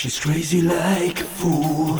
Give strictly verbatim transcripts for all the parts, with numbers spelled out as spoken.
She's crazy like a fool.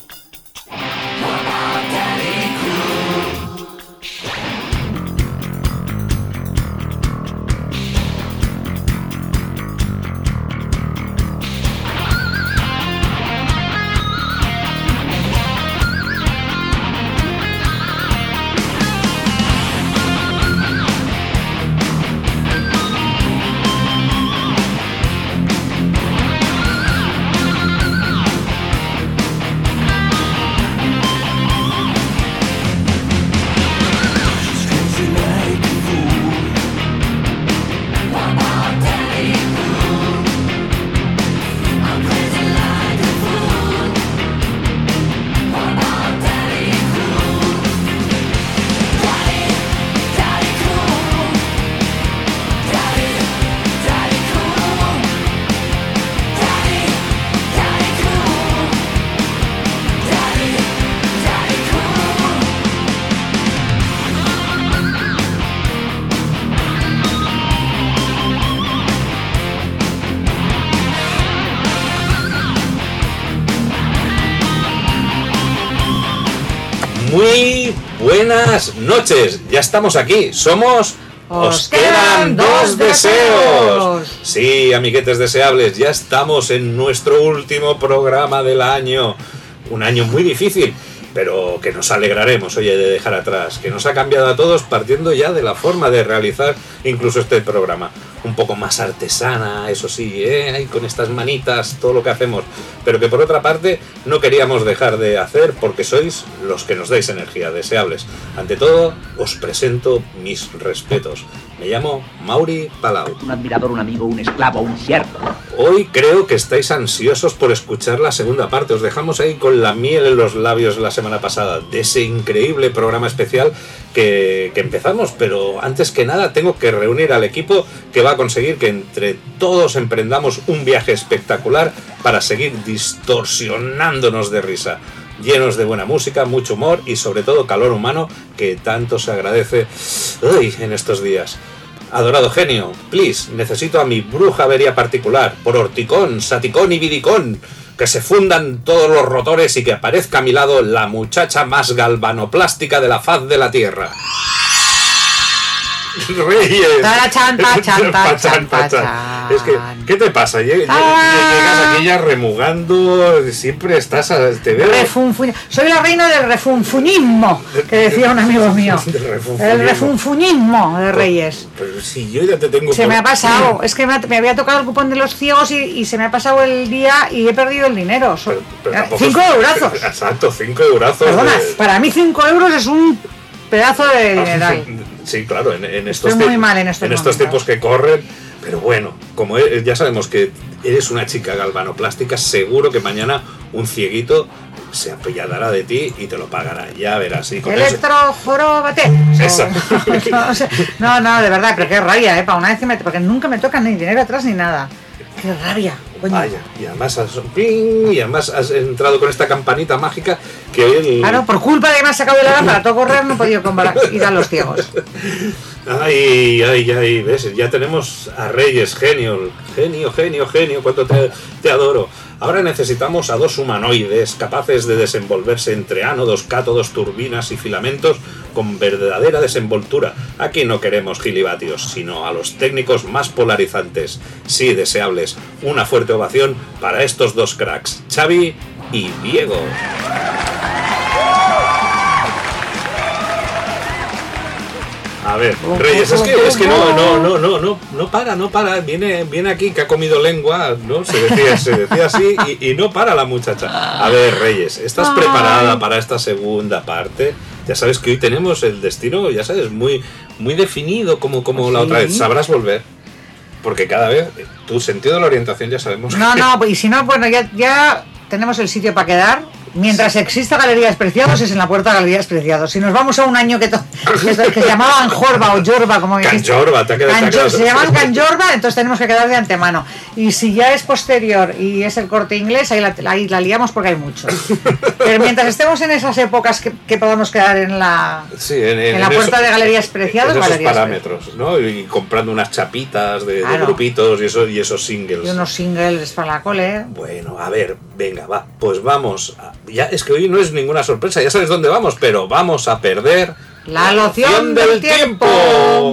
Muy buenas noches, ya estamos aquí, somos... ¡Os quedan dos deseos! Sí, amiguetes deseables, ya estamos en nuestro último programa del año. Un año muy difícil, pero que nos alegraremos, oye, de dejar atrás, que nos ha cambiado a todos partiendo ya de la forma de realizar incluso este programa. Un poco más artesana, eso sí, ¿eh? Ahí con estas manitas, todo lo que hacemos, pero que por otra parte no queríamos dejar de hacer porque sois los que nos dais energía, deseables. Ante todo, os presento mis respetos. Me llamo Mauri Palau. Un admirador, un amigo, un esclavo, un siervo. Hoy creo que estáis ansiosos por escuchar la segunda parte. Os dejamos ahí con la miel en los labios la semana pasada de ese increíble programa especial que, que empezamos. Pero antes que nada tengo que reunir al equipo que va a conseguir que entre todos emprendamos un viaje espectacular para seguir distorsionándonos de risa, llenos de buena música, mucho humor y sobre todo calor humano que tanto se agradece uy, en estos días. Adorado genio, please, necesito a mi bruja avería particular, por horticón, saticón y vidicón, que se fundan todos los rotores y que aparezca a mi lado la muchacha más galvanoplástica de la faz de la tierra. Reyes. Pachan, pachan, pachan, pachan. Es que, ¿qué te pasa? Llegas aquí ya remugando, siempre estás a... Te veo. Refunfuñ... Soy la reina del refunfuñismo, que decía un amigo mío. El refunfuñismo de Reyes. Pero si yo ya te tengo... Se por... me ha pasado, es que me, me había tocado el cupón de los ciegos y, y se me ha pasado el día y he perdido el dinero. Pero, pero cinco es... eurazos. Exacto, cinco eurazos. Perdona, de... para mí cinco euros es un pedazo de dinero. Sí, claro, en, en estos, Estoy muy mal en estos, en estos tiempos que corren, pero bueno, como ya sabemos que eres una chica galvanoplástica, seguro que mañana un cieguito se apiadará de ti y te lo pagará, ya verás. Y con Electrojoróbate. Eso. No, no, no, de verdad, pero qué rabia, ¿eh? Para una vez que me... Porque nunca me tocan ni dinero atrás ni nada. Qué rabia, coño. Vaya, y además has, ¡ping! Y además has entrado con esta campanita mágica que el... Claro, por culpa de que me has sacado de la lámpara, todo correr, no he podido comprar, ir a los ciegos. Ay, ay, ay, ves, ya tenemos a Reyes, genio, genio, genio, genio, cuánto te, te adoro. Ahora necesitamos a dos humanoides capaces de desenvolverse entre ánodos, cátodos, turbinas y filamentos con verdadera desenvoltura. Aquí no queremos gilivatios, sino a los técnicos más polarizantes. Sí, deseables. Una fuerte ovación para estos dos cracks, Xavi y Diego. A ver, Reyes, es que, es que no, no, no, no, no, no para, no para, viene, viene aquí que ha comido lengua, ¿no? Se decía, se decía así y, y no para la muchacha. A ver, Reyes, ¿estás preparada para esta segunda parte? Ya sabes que hoy tenemos el destino, ya sabes, muy, muy definido como, como la otra vez. Sabrás volver. Porque cada vez, tu sentido de la orientación ya sabemos. No, que... no, y si no, bueno, ya, ya tenemos el sitio para quedar. Mientras exista Galerías Preciados, es en la puerta de Galerías Preciados. Si nos vamos a un año que, to- que, que se llamaban Jorba o Yorba, como dijiste, Canjorba, te ha quedado- te ha Canjor- quedado- se llaman Canjorba, entonces tenemos que quedar de antemano. Y si ya es posterior y es el Corte Inglés, ahí la, ahí la liamos porque hay muchos. Pero mientras estemos en esas épocas que, que podamos quedar en la, Sí, en, en- en la en puerta eso- de Galerías Preciados, en esos Galerías parámetros, ¿no? Y comprando unas chapitas de, de Claro. grupitos y, eso, y esos singles. y unos singles para la cole. Bueno, a ver, venga, va, pues vamos. a- ya es que hoy no es ninguna sorpresa, ya sabes dónde vamos, pero vamos a perder La loción del tiempo.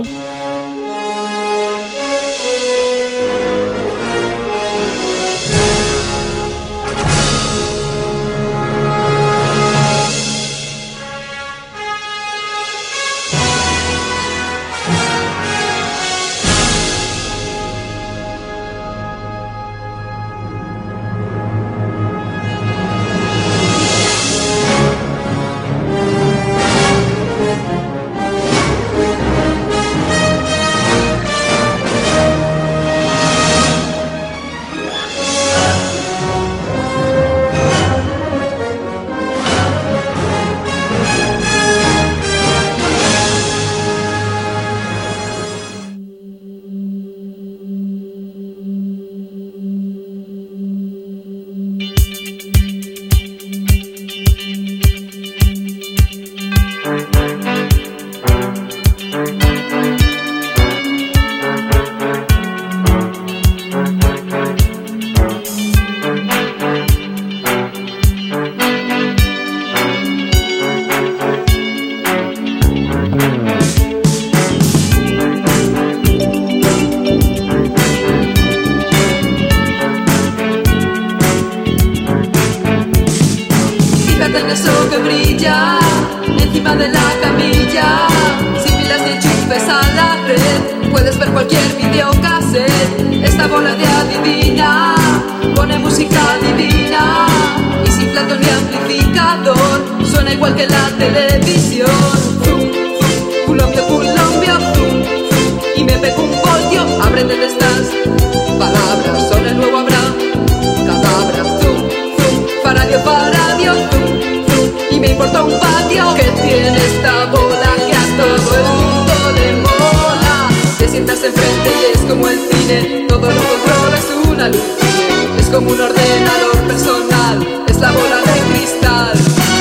Fíjate en eso que brilla encima de la camilla. Sin pilas ni enchufes a la red, puedes ver cualquier videocassette. Esta bola de adivina pone música divina y sin plato ni amplificador suena igual que la televisión. Zum, zum, culombio, culombio, zum, zum, y me pego un voltio. Aprende de estas palabras, son el nuevo habrá cadabra. Zum, zum, paradio, paradio, zum, zum, y me importa un patio que tiene esta bola que a todo el mundo le mola. Te sientas enfrente y es como el cine, todo lo controla, es una luz. Es como un ordenador personal, es la bola de cristal.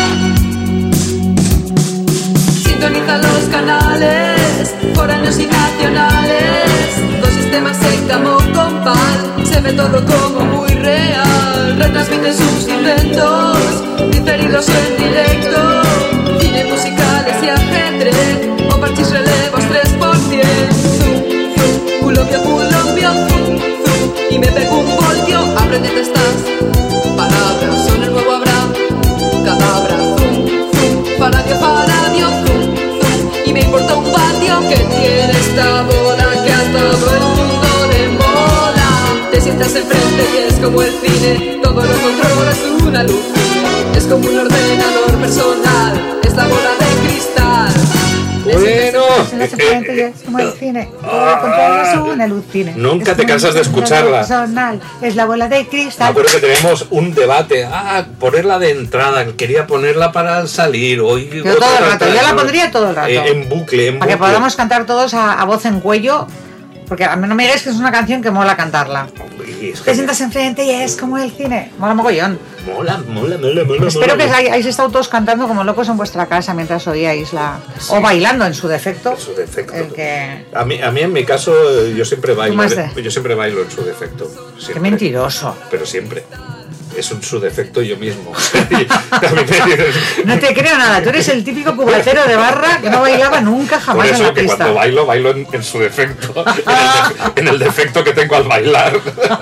Sintoniza los canales, foráneos y nacionales. Dos sistemas en camo compal, se ve todo como muy real. Retransmiten sus inventos, diferidos o en directo. Cine, musicales y ajedrez, o parchís, relevos tres por cien. Zum, zum, culombio, culombio, zum, zum, y me pego un voltio. Aprendete estas palabras, son el nuevo habrá cadabra. Zum, zum, paradio, paradio, zum, zum, y me importa un patio que tiene esta bola que a todo el mundo le mola. Te sientas enfrente y es como el cine, todo lo controla, es una luz. Es como un ordenador personal, es la bola de cristal. Bueno, Es enfrente y es como el cine. Todo ah, lo controla, es una lucine. nunca Es te como cansas de un ordenador escucharla. personal, es la bola de Me cristal. acuerdo que tenemos un debate. Ah, ponerla de entrada. Quería ponerla para salir. Hoy Yo todo el rato, yo la pondría todo el rato. Eh, en bucle, en Para que bucle. podamos cantar todos a, a voz en cuello. Porque a mí no me digáis que es una canción que mola cantarla. Y es que Te sientas enfrente y es como el cine. Mola mogollón. mola, mola, mola, mola. Espero que mola. hay- hayáis estado todos cantando como locos en vuestra casa mientras oíais la... Sí. O bailando en su defecto. En su defecto. El que... A mí, a mí en mi caso yo siempre bailo. más ¿eh? de- Yo siempre bailo en su defecto. Siempre. Qué mentiroso. Pero siempre. Es un su defecto yo mismo. También me- No te creo nada. Tú eres el típico cublatero de barra que no bailaba nunca Por jamás en eso la que pista. cuando bailo, bailo en, en su defecto. En el, de- en el defecto que tengo al bailar.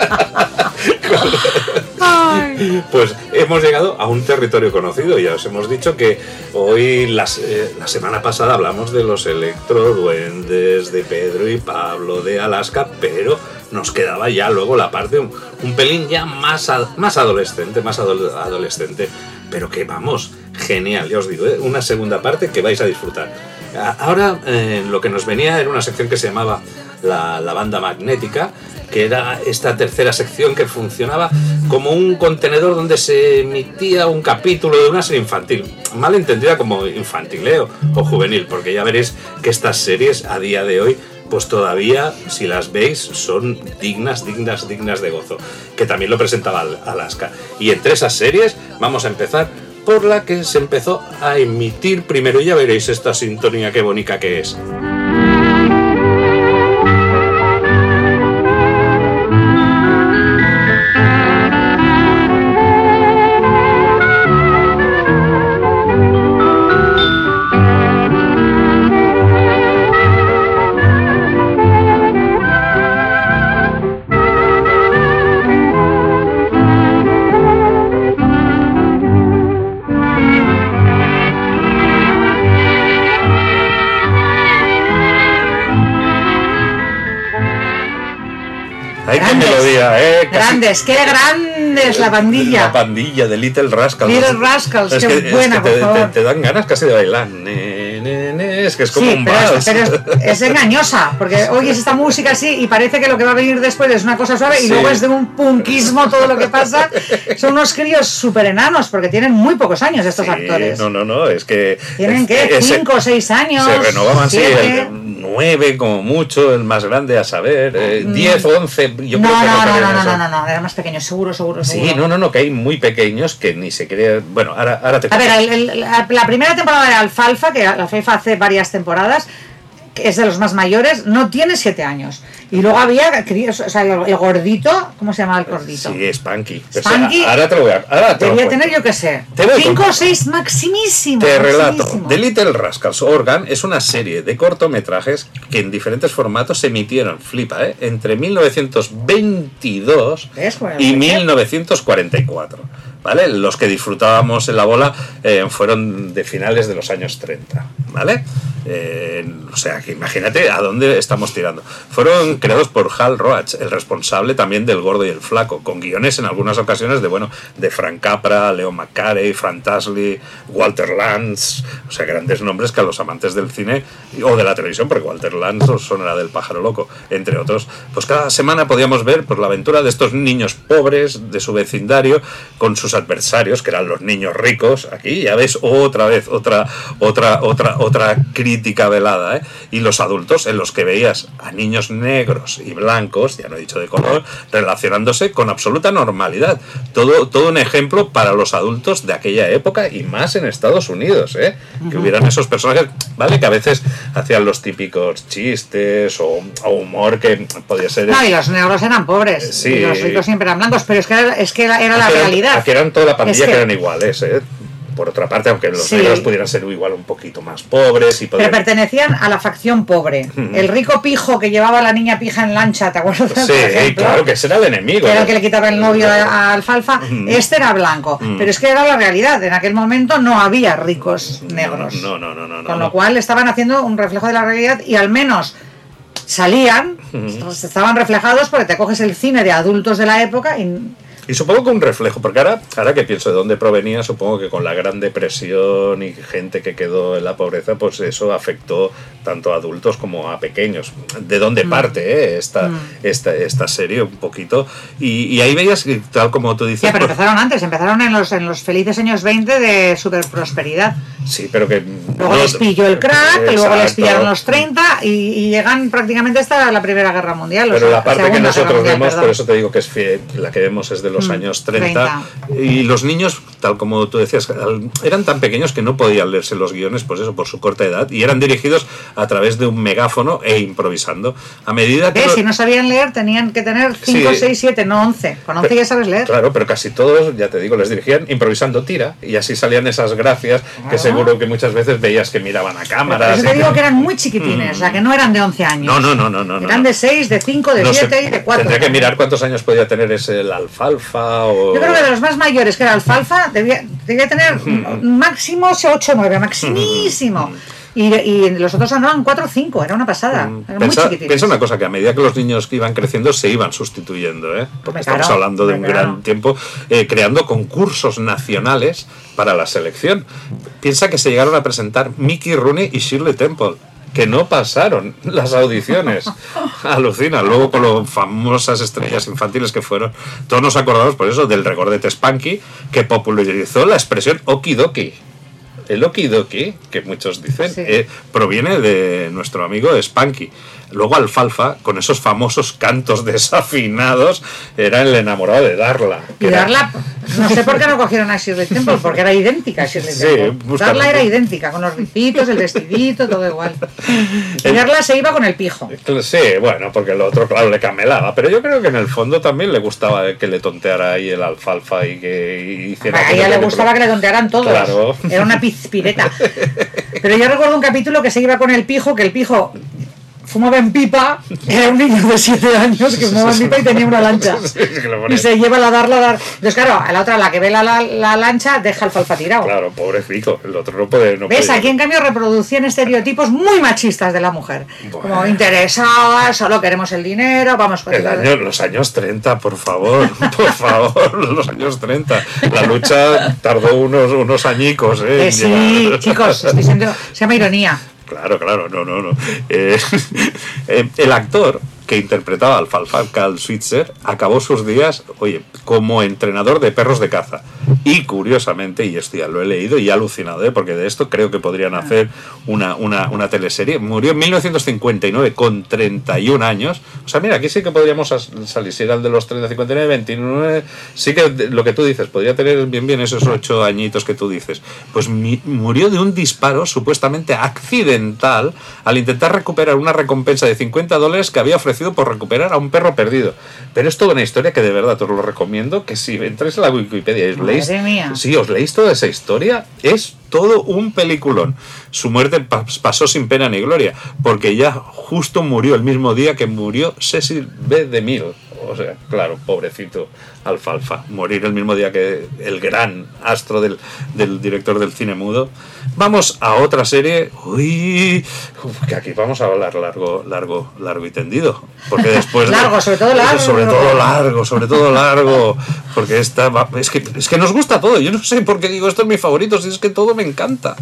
Ay. Pues hemos llegado a un territorio conocido. Ya os hemos dicho que hoy, las, eh, la semana pasada, hablamos de los electroduendes, de Pedro y Pablo, de Alaska, pero nos quedaba ya luego la parte un, un pelín ya más, ad- más adolescente, más ado- adolescente. Pero que vamos, genial, ya os digo, ¿eh? Una segunda parte que vais a disfrutar. A- Ahora eh, lo que nos venía era una sección que se llamaba la, la banda magnética, que era esta tercera sección que funcionaba como un contenedor donde se emitía un capítulo de una serie infantil, mal entendida como infantileo o juvenil, porque ya veréis que estas series a día de hoy pues todavía, si las veis, son dignas, dignas, dignas de gozo, que también lo presentaba Alaska. Y entre esas series vamos a empezar por la que se empezó a emitir primero, y ya veréis esta sintonía qué bonita que es. Ay, qué melodía, ¿eh? Casi... Grandes, qué grande es la pandilla. La pandilla de Little Rascals. Little Rascals, es qué que, buena, es que por te, favor. Te, te dan ganas casi de bailar. Ne, ne, ne, es que es como sí, un pero, vals. Es, pero es, es engañosa, porque oyes esta música así y parece que lo que va a venir después es una cosa suave y sí. luego es de un punkismo todo lo que pasa. Son unos críos súper enanos, porque tienen muy pocos años estos sí, actores. No, no, no, es que... ¿Tienen qué? ¿Cinco o seis años? Se renovaban, siete. sí, nueve como mucho, el más grande a saber, eh, diez, once, yo no, creo que no, no, no, no, eso. no, no, no, era más pequeño, seguro, seguro, seguro. Sí, no, no, no, que hay muy pequeños que ni se cree... Bueno, ahora, ahora te A ver, el, el, la, la primera temporada de Alfalfa, que Alfalfa hace varias temporadas, que es de los más mayores, no tiene siete años. Y luego había, o sea, el, el gordito, ¿cómo se llama el gordito? Sí, Spanky. Spanky. Ahora te lo voy a... Ahora te Debía lo tener, yo qué sé, cinco o seis maximísimo. Te relato. maximísimo. The Little Rascals Organ es una serie de cortometrajes que en diferentes formatos se emitieron, flipa, ¿eh? entre mil novecientos veintidós Bueno, y mil novecientos cuarenta y cuatro. ¿Vale? Los que disfrutábamos en la bola eh, fueron de finales de los años treinta, ¿vale? Eh, o sea, que imagínate a dónde estamos tirando. Fueron creados por Hal Roach, el responsable también del Gordo y el Flaco, con guiones en algunas ocasiones de, bueno, de Frank Capra, Leo McCarey, Frank Tasley, Walter Lantz, o sea, grandes nombres que a los amantes del cine o de la televisión, porque Walter Lantz os sonará del Pájaro Loco, entre otros. Pues cada semana podíamos ver pues, la aventura de estos niños pobres de su vecindario con sus adversarios, que eran los niños ricos. Aquí ya ves otra vez otra otra otra otra crítica velada, ¿eh? Y los adultos en los que veías a niños negros y blancos, ya no he dicho de color, relacionándose con absoluta normalidad. Todo todo un ejemplo para los adultos de aquella época y más en Estados Unidos, ¿eh? Que hubieran esos personajes, vale, que a veces hacían los típicos chistes o, o humor que podía ser. No, y los negros eran pobres, sí. Y los ricos siempre eran blancos, pero es que era, es que era, era la Aquí eran, realidad. Aquí eran toda la pandilla es que, que eran iguales, ¿eh? Por otra parte, aunque los sí. negros pudieran ser igual un poquito más pobres y podrían... Pero pertenecían a la facción pobre. Uh-huh. El rico pijo que llevaba a la niña pija en lancha, ¿te acuerdas? Sí, claro, que ese era el enemigo. Que era el que le quitaba el novio a, a Alfalfa. Uh-huh. Este era blanco. Uh-huh. Pero es que era la realidad. En aquel momento no había ricos negros. No, no, no, no. no Con no. lo cual estaban haciendo un reflejo de la realidad y al menos salían, uh-huh. estaban reflejados porque te coges el cine de adultos de la época y... Y supongo que un reflejo, porque ahora, ahora que pienso de dónde provenía, supongo que con la Gran Depresión y gente que quedó en la pobreza, pues eso afectó tanto a adultos como a pequeños. ¿De dónde mm. parte eh, esta, mm. esta, esta serie un poquito? Y, y ahí veías, que, tal como tú dices... Ya, pero pues, empezaron antes, empezaron en los, en los felices años veinte de super prosperidad. Sí, pero que... Luego no, les pilló el crack, exacto. Luego les pillaron los treinta y, y llegan prácticamente hasta la Primera Guerra Mundial. Pero o sea, la parte que nosotros mundial, vemos, perdón. por eso te digo que es fiel, la que vemos es de los mm, años treinta, treinta. Y los niños, tal como tú decías, eran tan pequeños que no podían leerse los guiones, pues eso, por su corta edad, y eran dirigidos a través de un megáfono e improvisando. A medida que... ¿Ves? Si no sabían leer, tenían que tener cinco, seis, siete, no once. Con once pero, ya sabes leer. Claro, pero casi todos, ya te digo, les dirigían improvisando tira, y así salían esas gracias que ah. seguro que muchas veces veías que miraban a cámaras. Yo te digo que eran muy chiquitines, mm. o sea, que no eran de once años. No, no, no, no. no eran no. de seis, de cinco, de siete no sé, y de cuatro. Tendría que mirar cuántos años podía tener ese el Alfalfa o... Yo creo que de los más mayores, que era Alfalfa, debía, debía tener máximo ocho o nueve, maximísimo. Y, y los otros andaban cuatro o cinco, era una pasada. Eran Pensa, muy chiquitines. Piensa una cosa, que a medida que los niños que iban creciendo se iban sustituyendo, ¿eh? Porque me estamos claro, hablando de un claro. gran tiempo, eh, creando concursos nacionales para la selección. Piensa que se llegaron a presentar Mickey Rooney y Shirley Temple. que no pasaron las audiciones. Alucina. Luego con las famosas estrellas infantiles que fueron, todos nos acordamos por eso del regordete Spanky, que popularizó la expresión okidoki. El okidoki, que muchos dicen, sí. eh, proviene de nuestro amigo Spanky. Luego Alfalfa, con esos famosos cantos desafinados, era el enamorado de Darla. Y Darla, no sé por qué no cogieron a Shirley Temple, porque era idéntica a Shirley Temple. Sí, Darla era idéntica, con los ricitos, el vestidito, todo igual. Y el... Darla se iba con el pijo. Sí, bueno, porque el otro, claro, le camelaba. Pero yo creo que en el fondo también le gustaba que le tonteara ahí el Alfalfa y que hiciera... A ella le gustaba que le tontearan todos. Claro. Era una pizpireta. Pero yo recuerdo un capítulo que se iba con el pijo, que el pijo... fumaba en pipa, era un niño de siete años que fumaba en pipa y tenía una lancha. Y se lleva a darla a dar. Entonces, claro, a la otra, la que ve la, la, la lancha, deja Alfalfa tirado. Claro, pobrecito, el otro no puede. No ¿Ves? Puede. Aquí, en cambio, reproducían estereotipos muy machistas de la mujer. Bueno. Como interesada, solo queremos el dinero, vamos con el año, Los años treinta, por favor, por favor, los años treinta. La lucha tardó unos, unos añicos, ¿eh? Eh, sí, llevar... chicos, estoy siendo, se llama ironía. Claro, claro, no, no, no. Eh, eh, el actor que interpretaba a Alfalfa, Carl Switzer, acabó sus días, oye, como entrenador de perros de caza. Y curiosamente, y esto ya lo he leído y he alucinado, ¿eh? Porque de esto creo que podrían hacer una, una, una teleserie. Murió en mil novecientos cincuenta y nueve con treinta y un años. O sea, mira, aquí sí que podríamos salir, si era el de los treinta, cincuenta y nueve, veintinueve, sí que lo que tú dices, podría tener bien bien esos ocho añitos que tú dices. Pues mi, murió de un disparo supuestamente accidental al intentar recuperar una recompensa de cincuenta dólares que había ofrecido por recuperar a un perro perdido. Pero es toda una historia que de verdad os lo recomiendo, que si entráis en la Wikipedia y os leéis, si os leéis toda esa historia, es todo un peliculón. Su muerte pa- pasó sin pena ni gloria, porque ya justo murió el mismo día que murió Cecil B. DeMille. O sea, claro, pobrecito Alfalfa, morir el mismo día que el gran astro del, del director del cine mudo. Vamos a otra serie. Uy, uf, que aquí vamos a hablar largo, largo, largo y tendido. Porque después largo, de, sobre todo largo. Sobre todo largo, sobre todo largo. Porque esta es que, es que nos gusta todo. Yo no sé por qué digo esto es mi favorito, si es que todo me encanta.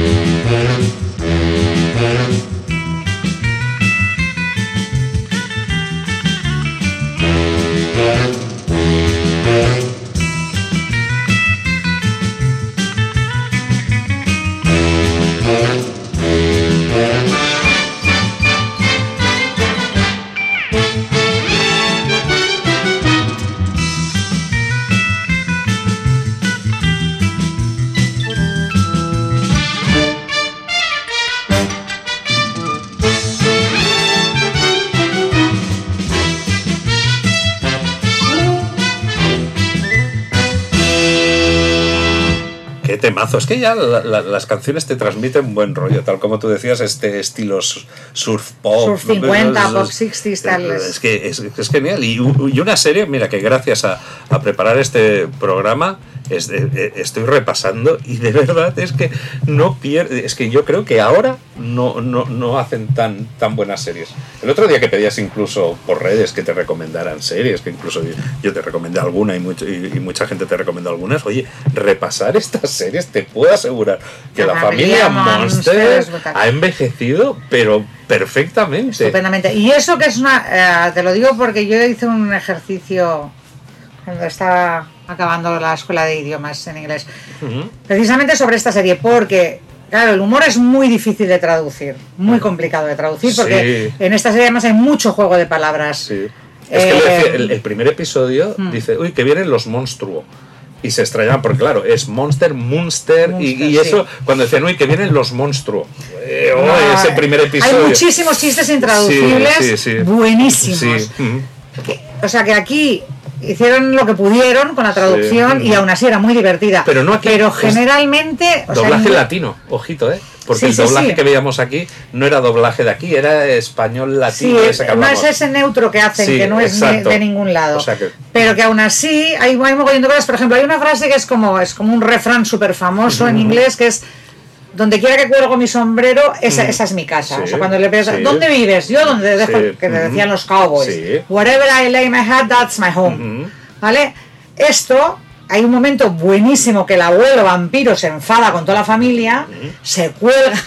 Temazo, es que ya la, la, las canciones te transmiten buen rollo, tal como tú decías, este estilo surf pop, surf cincuenta, pop sesenta, tal. Es que es, es genial. Y, y una serie, mira, que gracias a, a preparar este programa es de, estoy repasando y de verdad es que no pierde, es que yo creo que ahora no, no, no hacen tan, tan buenas series. El otro día que pedías incluso por redes que te recomendaran series, que incluso yo, yo te recomendé alguna y, mucho, y, y mucha gente te recomendó algunas, oye, repasar estas series te puedo asegurar que la, la familia Monster ha envejecido pero perfectamente. Estupendamente. Y eso que es una, eh, te lo digo porque yo hice un ejercicio cuando estaba acabando la escuela de idiomas en inglés, uh-huh. precisamente sobre esta serie, porque claro, el humor es muy difícil de traducir, muy complicado de traducir, porque sí. en esta serie además hay mucho juego de palabras. Sí. Es eh, que le decía, el, el primer episodio uh-huh. dice, uy, que vienen los monstruos. Y se extrañaban, porque claro, es Monster, Munster, Munster y, y eso, sí. cuando decían, uy, que vienen los monstruos. Eh, oh, no, ese primer episodio. Hay muchísimos chistes intraducibles, sí, sí, sí. buenísimos. Sí. Uh-huh. Que, o sea que aquí hicieron lo que pudieron con la traducción sí. y aún así era muy divertida. Pero no aquí. Pero generalmente. O doblaje sea, latino, ojito, ¿eh? Porque sí, el doblaje sí, sí. que veíamos aquí no era doblaje de aquí, era español latino. Sí, ese no es ese neutro que hacen, sí, que no es de, de ningún lado. O sea que, pero que aún así hay, hay mogollón de cosas. Por ejemplo, hay una frase que es como, es como un refrán súper famoso uh-huh. en inglés, que es: donde quiera que cuelgo mi sombrero, esa, uh-huh. esa es mi casa. Sí, o sea, cuando le preguntas, sí. ¿dónde vives? Yo donde dejo, sí. que te decían uh-huh. los cowboys. Sí. Wherever I lay my head, that's my home. Uh-huh. ¿Vale? Esto... Hay un momento buenísimo que el abuelo vampiro se enfada con toda la familia, uh-huh. se cuelga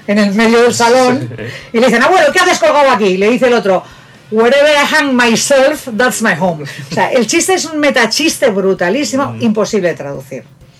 en el medio del salón, sí. Y le dicen, abuelo, ¿qué haces colgado aquí? Y le dice el otro, wherever I hang myself, that's my home. O sea, el chiste es un metachiste brutalísimo, mm. imposible de traducir.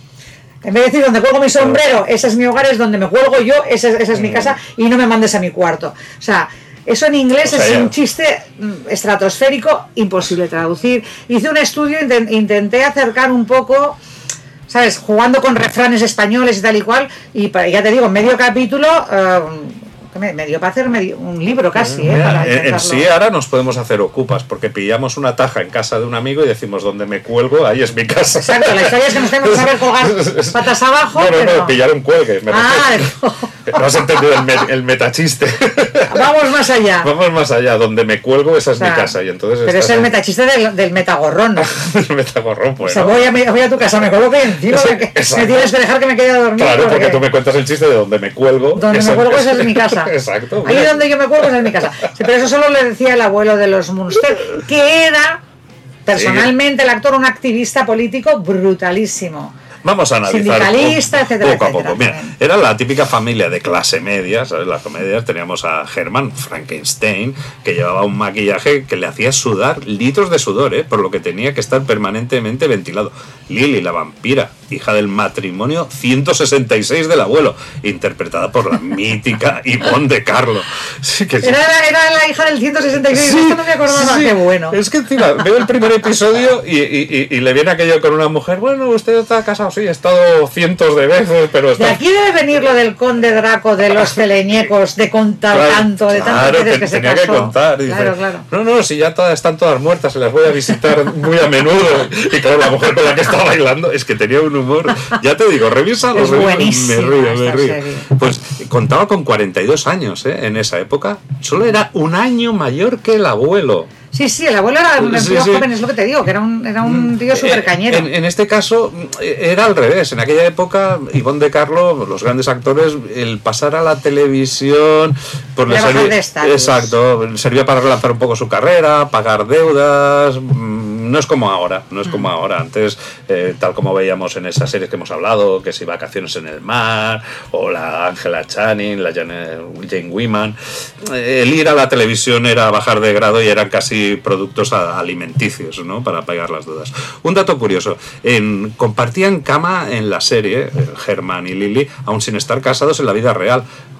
En vez de decir, donde cuelgo mi sombrero, ese es mi hogar, es donde me cuelgo yo, esa es, esa es mi casa, y no me mandes a mi cuarto. O sea, eso en inglés o sea, es ya. un chiste estratosférico, imposible de traducir. Hice un estudio, intent, intenté acercar un poco, ¿sabes? Jugando con refranes españoles y tal y cual, y para, ya te digo, medio capítulo... Uh, me dio para hacer medio, un libro casi, ¿eh? Mira, para en, en sí ahora nos podemos hacer ocupas, porque pillamos una taja en casa de un amigo y decimos, donde me cuelgo, ahí es mi casa. Exacto, la historia es que nos tenemos que saber colgar patas abajo. No, no, pero... no, pillar un cuelgue. Me ah, no. no has entendido el, me, el metachiste. Vamos más allá. Vamos más allá, donde me cuelgo, esa es o sea, mi casa. Y entonces pero es el metachiste del, del metagorrón, ¿no? El metagorrón, pues. O sea, voy, a, voy a tu casa, me coloco y encima sí, me, me tienes que dejar que me quede a dormir. Claro, porque, porque tú me cuentas el chiste de donde me cuelgo. Donde me cuelgo, esa es mi casa. Exacto. Ahí donde yo me cuelgo, esa es mi casa. Sí, pero eso solo le decía el abuelo de los Munster, que era, personalmente, el actor, un activista político brutalísimo. Vamos a analizar sindicalista, etcétera, poco a etcétera, poco. Mira, era la típica familia de clase media, ¿sabes? Las comedias teníamos a Herman Frankenstein, que llevaba un maquillaje que le hacía sudar litros de sudor, ¿eh? Por lo que tenía que estar permanentemente ventilado. Lily, la vampira, hija del matrimonio ciento sesenta y seis del abuelo, interpretada por la mítica Ivonne de Carlo. Sí, que sí. Era, era la hija del ciento sesenta y seis, sí, esto no me acordaba, sí. Qué bueno. Es que encima veo el primer episodio y, y, y, y le viene aquello con una mujer, bueno, usted está casado. Sí, he estado cientos de veces, pero está... De aquí debe venir lo del conde Draco, de los teleñecos, de contar claro, tanto, de tantas claro, veces que se tenía casó. que contar. Dice, claro, claro. No, no, si ya todas, están todas muertas, se las voy a visitar muy a menudo. Y claro, la mujer con la que estaba bailando es que tenía un humor. Ya te digo, revísalo. Es buenísimo. Me río, me río. Serie. Pues contaba con cuarenta y dos años, ¿eh? En esa época. Solo era un año mayor que el abuelo. Sí, sí, el abuelo era un sí, tío sí. joven, es lo que te digo, que era un, era un tío súper cañero. En, en este caso era al revés. En aquella época, Ivonne de Carlo, los grandes actores, el pasar a la televisión... Pues le servía, de exacto, servía para relanzar un poco su carrera, pagar deudas... No es como ahora, no es como ahora. Antes, eh, tal como veíamos en esas series que hemos hablado, que si Vacaciones en el Mar, o la Angela Channing, la Jane, Jane Wyman, eh, el ir a la televisión era bajar de grado y eran casi productos alimenticios, ¿no? Para pagar las deudas. Un dato curioso, en, compartían cama en la serie, Herman y Lily, aún sin estar casados en la vida real,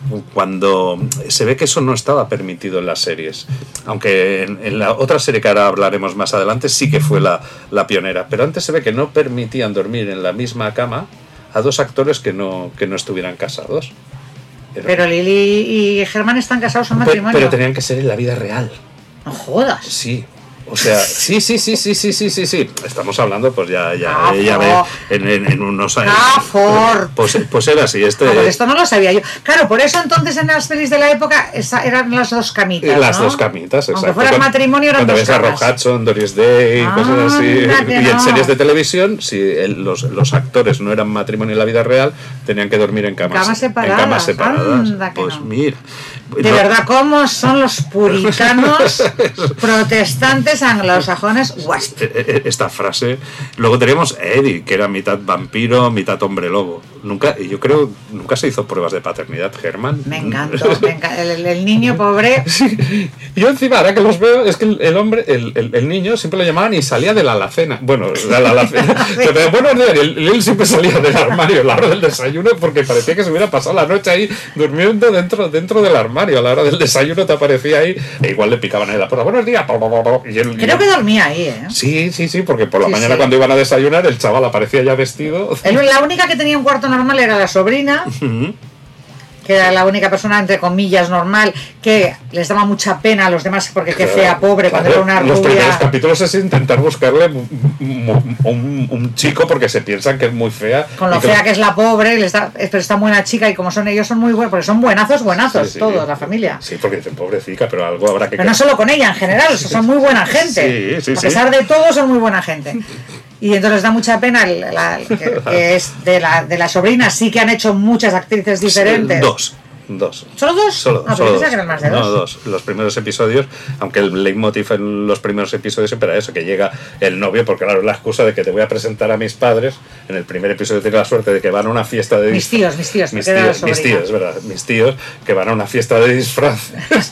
cuando se ve que eso no estaba permitido en las series, aunque en, en la otra serie que ahora hablaremos más adelante sí que fue la, la pionera, pero antes se ve que no permitían dormir en la misma cama a dos actores que no, que no estuvieran casados. Era... Pero Lily y Herman están casados en matrimonio. Pero, pero tenían que ser en la vida real. No jodas. Sí. O sea, sí, sí, sí, sí, sí, sí, sí, sí. Estamos hablando, pues ya, ya, ah, ya ve, en, en, en unos años. Ah, for. Pues, pues era así. Este. Ah, pues esto no lo sabía yo. Claro, por eso entonces en las pelis de la época esa, eran las dos camitas. Las ¿no? dos camitas, exacto. Aunque fuera el matrimonio eran dos camas. Cuando ves a Rock Hudson, Doris Day, ah, cosas así. Y no. En series de televisión, si el, los, los actores no eran matrimonio en la vida real, tenían que dormir en camas, camas separadas. En camas separadas. Anda, pues no. mira. De no. verdad, ¿cómo son los puritanos protestantes anglosajones? West. Esta frase. Luego tenemos a Eddie, que era mitad vampiro, mitad hombre lobo. Nunca, yo creo, nunca se hizo pruebas de paternidad, Herman. Me encantó, me encantó. El, el niño pobre. Sí. Yo encima, ahora que los veo, es que el, el hombre, el, el, el niño siempre lo llamaban y salía de la alacena. Bueno, de la alacena. Pero bueno, él, él siempre salía del armario a la hora del desayuno porque parecía que se hubiera pasado la noche ahí durmiendo dentro, dentro del armario. A la hora del desayuno te aparecía ahí e igual le picaban ahí la puerta. Buenos días. Y él, creo que dormía ahí, ¿eh? Sí, sí, sí, porque por la sí, mañana sí. Cuando iban a desayunar el chaval aparecía ya vestido. Él, la única que tenía un cuarto normal era la sobrina. Uh-huh. Que era la única persona, entre comillas, normal, que les daba mucha pena a los demás porque qué fea, pobre, cuando claro, era una rubia. Los primeros capítulos es intentar buscarle un, un, un chico porque se piensan que es muy fea. Con lo fea que es la pobre, les da, pero está buena chica y como son ellos son muy buenos, porque son buenazos, buenazos, sí, sí, todos, la familia. Sí, porque dicen pobrecita, pero algo habrá que... Pero no solo con ella, en general, son muy buena gente. Sí, sí, a pesar sí. de todo, son muy buena gente. Y entonces da mucha pena la, que, que es de la, de la sobrina, sí que han hecho muchas actrices diferentes. Sí, dos. dos. ¿Solo dos? Solo, ah, solo pero dos. que eran más de No, dos. dos. Los primeros episodios, aunque el leitmotiv en los primeros episodios siempre era eso, que llega el novio, porque claro, es la excusa de que te voy a presentar a mis padres. En el primer episodio tiene la suerte de que van a una fiesta de Mis tíos, mis tíos. mis porque era la tíos, mis sobrina. tíos, ¿verdad? Mis tíos que van a una fiesta de disfraces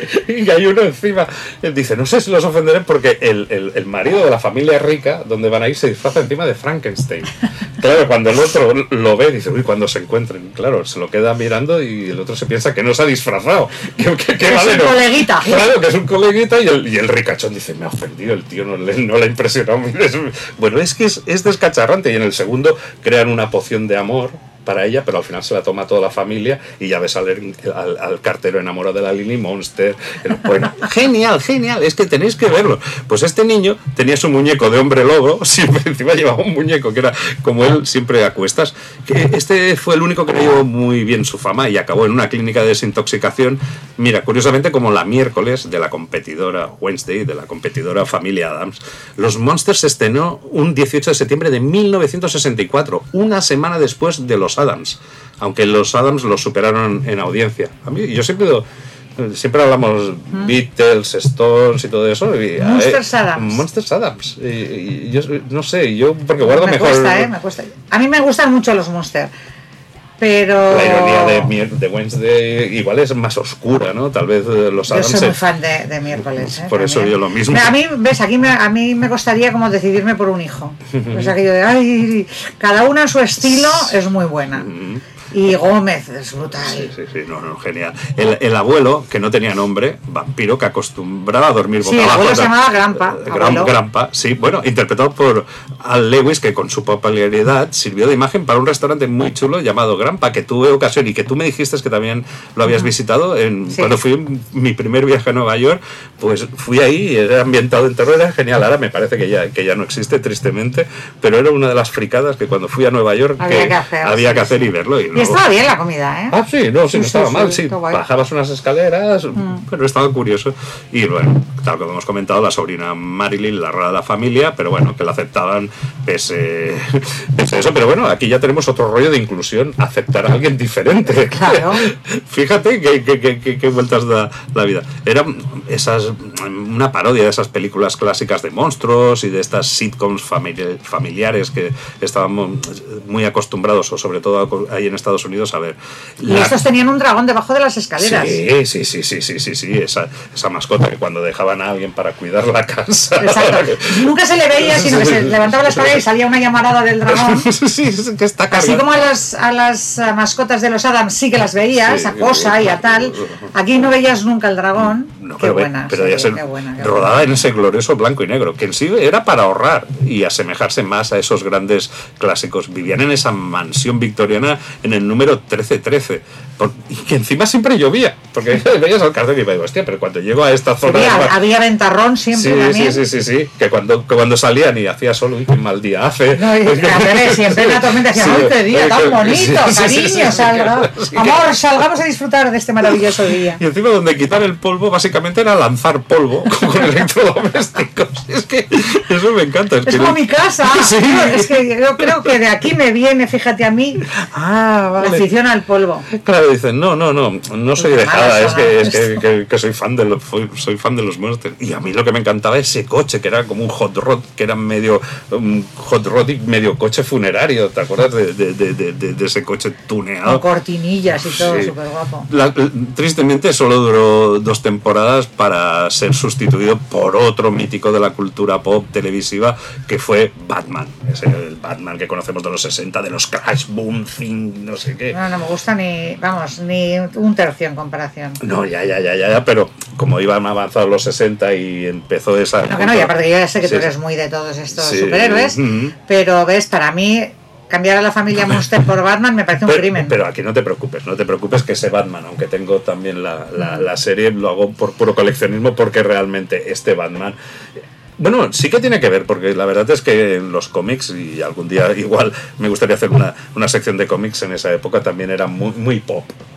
y hay uno encima, él dice, no sé si los ofenderé porque el, el, el marido de la familia rica, donde van a ir, se disfraza encima de Frankenstein. Claro, cuando el otro lo ve, dice, uy, cuando se encuentren, claro, se lo queda mirando y el otro se piensa que no se ha disfrazado. Que, que, que es vale, un no. coleguita. Claro, que es un coleguita y el, y el ricachón dice, me ha ofendido, el tío no le, no le ha impresionado. Bueno, es que es, es descacharrante y en el segundo crean una poción de amor para ella, pero al final se la toma toda la familia y ya ves al, al, al cartero enamorado de la Lily Monster. Bueno, genial, genial, es que tenéis que verlo. Pues este niño tenía su muñeco de hombre lobo, siempre encima llevaba un muñeco que era como él siempre a cuestas, que este fue el único que le dio muy bien su fama y acabó en una clínica de desintoxicación. Mira, curiosamente como la miércoles de la competidora Wednesday, de la competidora familia Addams. Los Monsters se estrenó un dieciocho de septiembre de mil novecientos sesenta y cuatro, una semana después de los Addams, aunque los Addams los superaron en audiencia. A mí, yo siempre siempre hablamos mm. Beatles, Stones y todo eso. Y, Monsters eh, Addams. Monsters Addams. Y, y yo no sé, yo porque guardo me mejor. Cuesta, eh, me cuesta. A mí me gustan mucho los Monsters. Pero... La ironía de, de Wednesday igual es más oscura, ¿no? Tal vez los Addams... Yo soy muy fan de, de miércoles. ¿eh? Por También. eso yo lo mismo. A mí, ves, aquí me, a mí me costaría como decidirme por un hijo. Es aquello de, ay, cada uno en su estilo es muy buena. Y Gómez es brutal. Sí, sí, sí, no, no, genial. El, el abuelo, que no tenía nombre, vampiro, que acostumbraba a dormir boca sí, abajo. Sí, el abuelo se llamaba Grampa. Gran, Grampa, sí, bueno, interpretado por Al Lewis, que con su popularidad sirvió de imagen para un restaurante muy chulo llamado Grampa, que tuve ocasión y que tú me dijiste que también lo habías visitado en, sí. Cuando fui en mi primer viaje a Nueva York, pues fui ahí y era ambientado en terror, era genial. Ahora me parece que ya, que ya no existe, tristemente, pero era una de las fricadas que cuando fui a Nueva York había que, que hacer, había sí, que hacer sí. y verlo. Y, y estaba bien la comida, ¿eh? Ah, sí, no, sí, sí no estaba sí, mal, sí, sí. Bajabas unas escaleras, mm. pero estaba curioso. Y bueno, tal como hemos comentado, la sobrina Marilyn, la rara de la familia, pero bueno, que la aceptaban pese, pese a eso. Pero bueno, aquí ya tenemos otro rollo de inclusión, aceptar a alguien diferente. Claro. Fíjate qué que, que, que, que vueltas da la vida. Era esas, una parodia de esas películas clásicas de monstruos y de estas sitcoms familiares que estábamos muy acostumbrados, o sobre todo ahí en Estados Unidos, a ver. La... Y estos tenían un dragón debajo de las escaleras. Sí, sí, sí, sí, sí, sí, sí. Esa, esa mascota que cuando dejaban a alguien para cuidar la casa. Exacto. Nunca se le veía, sino que se levantaba la escalera y salía una llamarada del dragón. Sí, es que está cargado. Así como a las, a las mascotas de los Addams sí que las veías, sí, a Cosa y a tal. Aquí no veías nunca el dragón. No, qué pero, buena. Pero sí, ya se qué buena, qué rodada buena. En ese glorioso blanco y negro, que en sí era para ahorrar y asemejarse más a esos grandes clásicos. Vivían en esa mansión victoriana en el número trece trece. Por, y que encima siempre llovía, porque veías al cartel y me digo, hostia, pero cuando llego a esta zona... Sí, había, había ventarrón siempre sí, también. Sí, sí, sí, sí, que cuando, que cuando salían y hacía sol, uy, qué mal día hace. No, y, ver, siempre en la tormenta decían, ¡ay, qué día tan bonito, sí, cariño, sí, sí, sí, salga, sí, amor, que... salgamos a disfrutar de este maravilloso día! Y encima donde quitar el polvo, básicamente era lanzar polvo con electrodomésticos. Es que eso me encanta. Es, es como que... mi casa. Sí. Es que yo creo que de aquí me viene, fíjate a mí, ah, vale. la afición al polvo. Claro, dicen, no, no, no, no soy dejada, es que, es que, que, que soy fan de los soy fan de los Monsters. Y a mí lo que me encantaba es ese coche, que era como un hot rod, que era medio um, hot rod y medio coche funerario. ¿Te acuerdas de, de, de, de, de ese coche tuneado? Con cortinillas y todo, sí. súper guapo. La, tristemente solo duró dos temporadas para ser sustituido por otro mítico de la cultura pop televisiva, que fue Batman. Ese, el Batman que conocemos de los sesenta, de los Crash, Boom, Thing, no sé qué. No, no me gusta ni, vamos, ni un tercio en comparación. No, ya, ya, ya, ya, ya, pero como iban avanzados los sesenta y empezó esa... No, que no, y aparte que yo ya sé que sí, tú eres muy de todos estos sí, superhéroes, uh-huh. pero ves, para mí... Cambiar a la familia Monster por Batman me parece un pero, crimen. Pero aquí no te preocupes, no te preocupes que ese Batman, aunque tengo también la, la, la serie, lo hago por puro coleccionismo porque realmente este Batman... Bueno, sí que tiene que ver, porque la verdad es que en los cómics, y algún día igual me gustaría hacer una, una sección de cómics en esa época, también era muy, muy pop.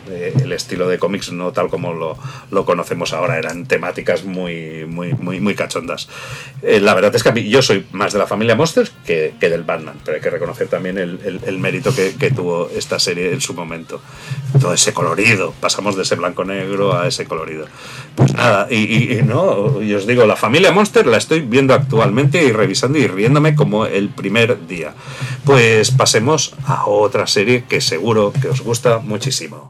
eh, el estilo de cómics no tal como lo, lo conocemos ahora, eran temáticas muy muy muy muy cachondas. Eh, la verdad es que a mí, yo soy más de la familia Monsters que, que del Batman, pero hay que reconocer también el, el, el mérito que, que tuvo esta serie en su momento. Todo ese colorido, pasamos de ese blanco-negro a ese colorido. Pues nada, y, y, y no, y os digo, la familia Monster la estoy viendo actualmente y revisando y riéndome como el primer día. Pues pasemos a otra serie que seguro que os gusta muchísimo.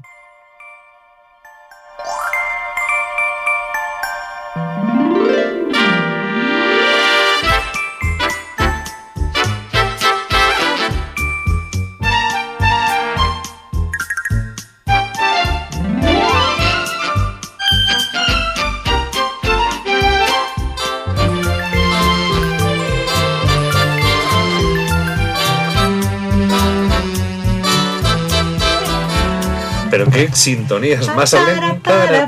Pero qué sintonías más alegres.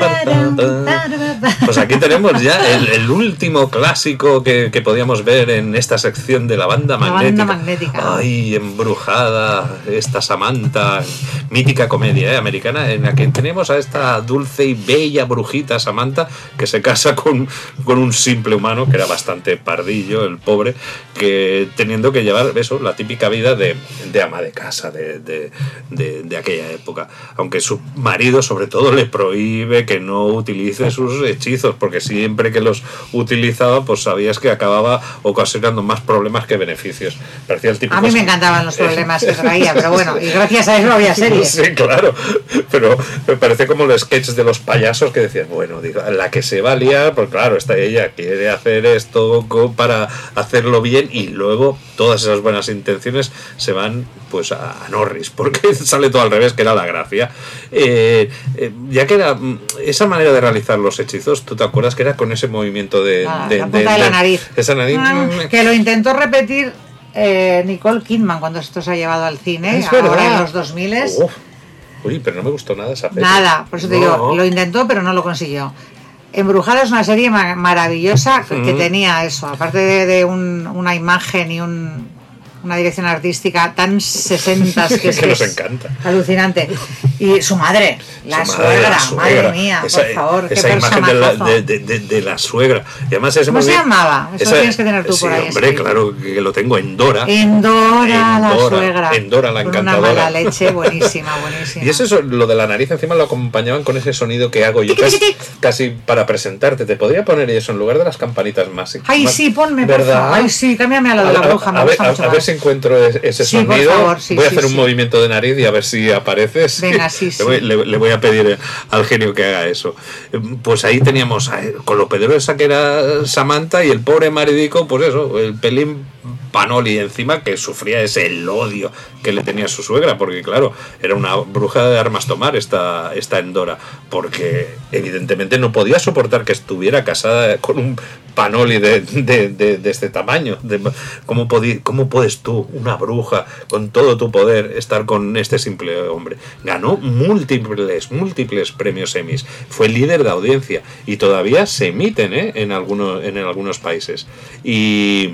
Pues aquí tenemos ya el, el último clásico que, que podíamos ver en esta sección de la banda magnética. La banda magnética. Ay, Embrujada, esta Samantha, mítica comedia ¿eh? americana, en la que tenemos a esta dulce y bella brujita Samantha que se casa con, con un simple humano que era bastante pardillo, el pobre, que teniendo que llevar eso, la típica vida de, de ama de casa de, de, de, de aquella época. Aunque su marido sobre todo le prohíbe que no utilice sus hechizos, porque siempre que los utilizaba pues sabías que acababa ocasionando más problemas que beneficios. Parecía el típico... A mí me encantaban los problemas que traía, pero bueno, y gracias a eso había series. Sí, claro, pero me parece como los sketches de los payasos que decían, bueno, digo, la que se va a liar, pues claro, está ella, quiere hacer esto para hacerlo bien y luego todas esas buenas intenciones se van pues a Norris, porque sale todo al revés, que era la gracia. Eh, eh, ya que era esa manera de realizar los hechizos, ¿tú te acuerdas que era con ese movimiento de, ah, de, la punta de, de, de la de nariz? Esa nariz ah, que lo intentó repetir eh, Nicole Kidman cuando esto se ha llevado al cine, es ahora verdad. en los dos mil. Uf, uy, pero no me gustó nada esa fecha. Nada, por eso te no. digo, lo intentó pero no lo consiguió. Embrujada es una serie ma maravillosa que, mm. que tenía eso, aparte de, de un, una imagen y un, una dirección artística tan sesentas que es, que que nos es encanta. Alucinante. Y su madre, la, su suegra, madre, la suegra, madre mía, esa, por favor, esa qué imagen de la, de, personajazo. de, de, de la suegra. Y además ese ¿Cómo se movimiento, llamaba? Eso esa, lo tienes que tener tú sí, por ahí. Hombre, escrito. claro que lo tengo en Dora. En Dora, en la Dora, suegra. En Dora, la con encantadora. Una mala leche buenísima, buenísima. Y eso, lo de la nariz encima lo acompañaban con ese sonido que hago yo casi, casi para presentarte. Te podría poner eso en lugar de las campanitas más. Ay, más, sí, ponme, ¿verdad? por Ay, sí, cámbiame a lo de la a, bruja, me a, gusta a, mucho a ver si encuentro ese sí, sonido. Por favor, sí, voy a sí, hacer sí. un movimiento de nariz y a ver si apareces. Venga, sí, le, sí. voy, le, le voy a pedir al genio que haga eso. Pues ahí teníamos con lo pedrosa que era Samantha y el pobre maridico, pues eso, el pelín Panoli encima, que sufría ese el odio que le tenía a su suegra, porque claro, era una bruja de armas tomar esta, esta Endora, porque evidentemente no podía soportar que estuviera casada con un Panoli de, de, de, de este tamaño. De, ¿cómo, podí, ¿Cómo puedes tú, una bruja, con todo tu poder, estar con este simple hombre? Ganó múltiples, múltiples premios Emmys, fue líder de audiencia y todavía se emiten ¿eh? en, algunos, en algunos países. Y...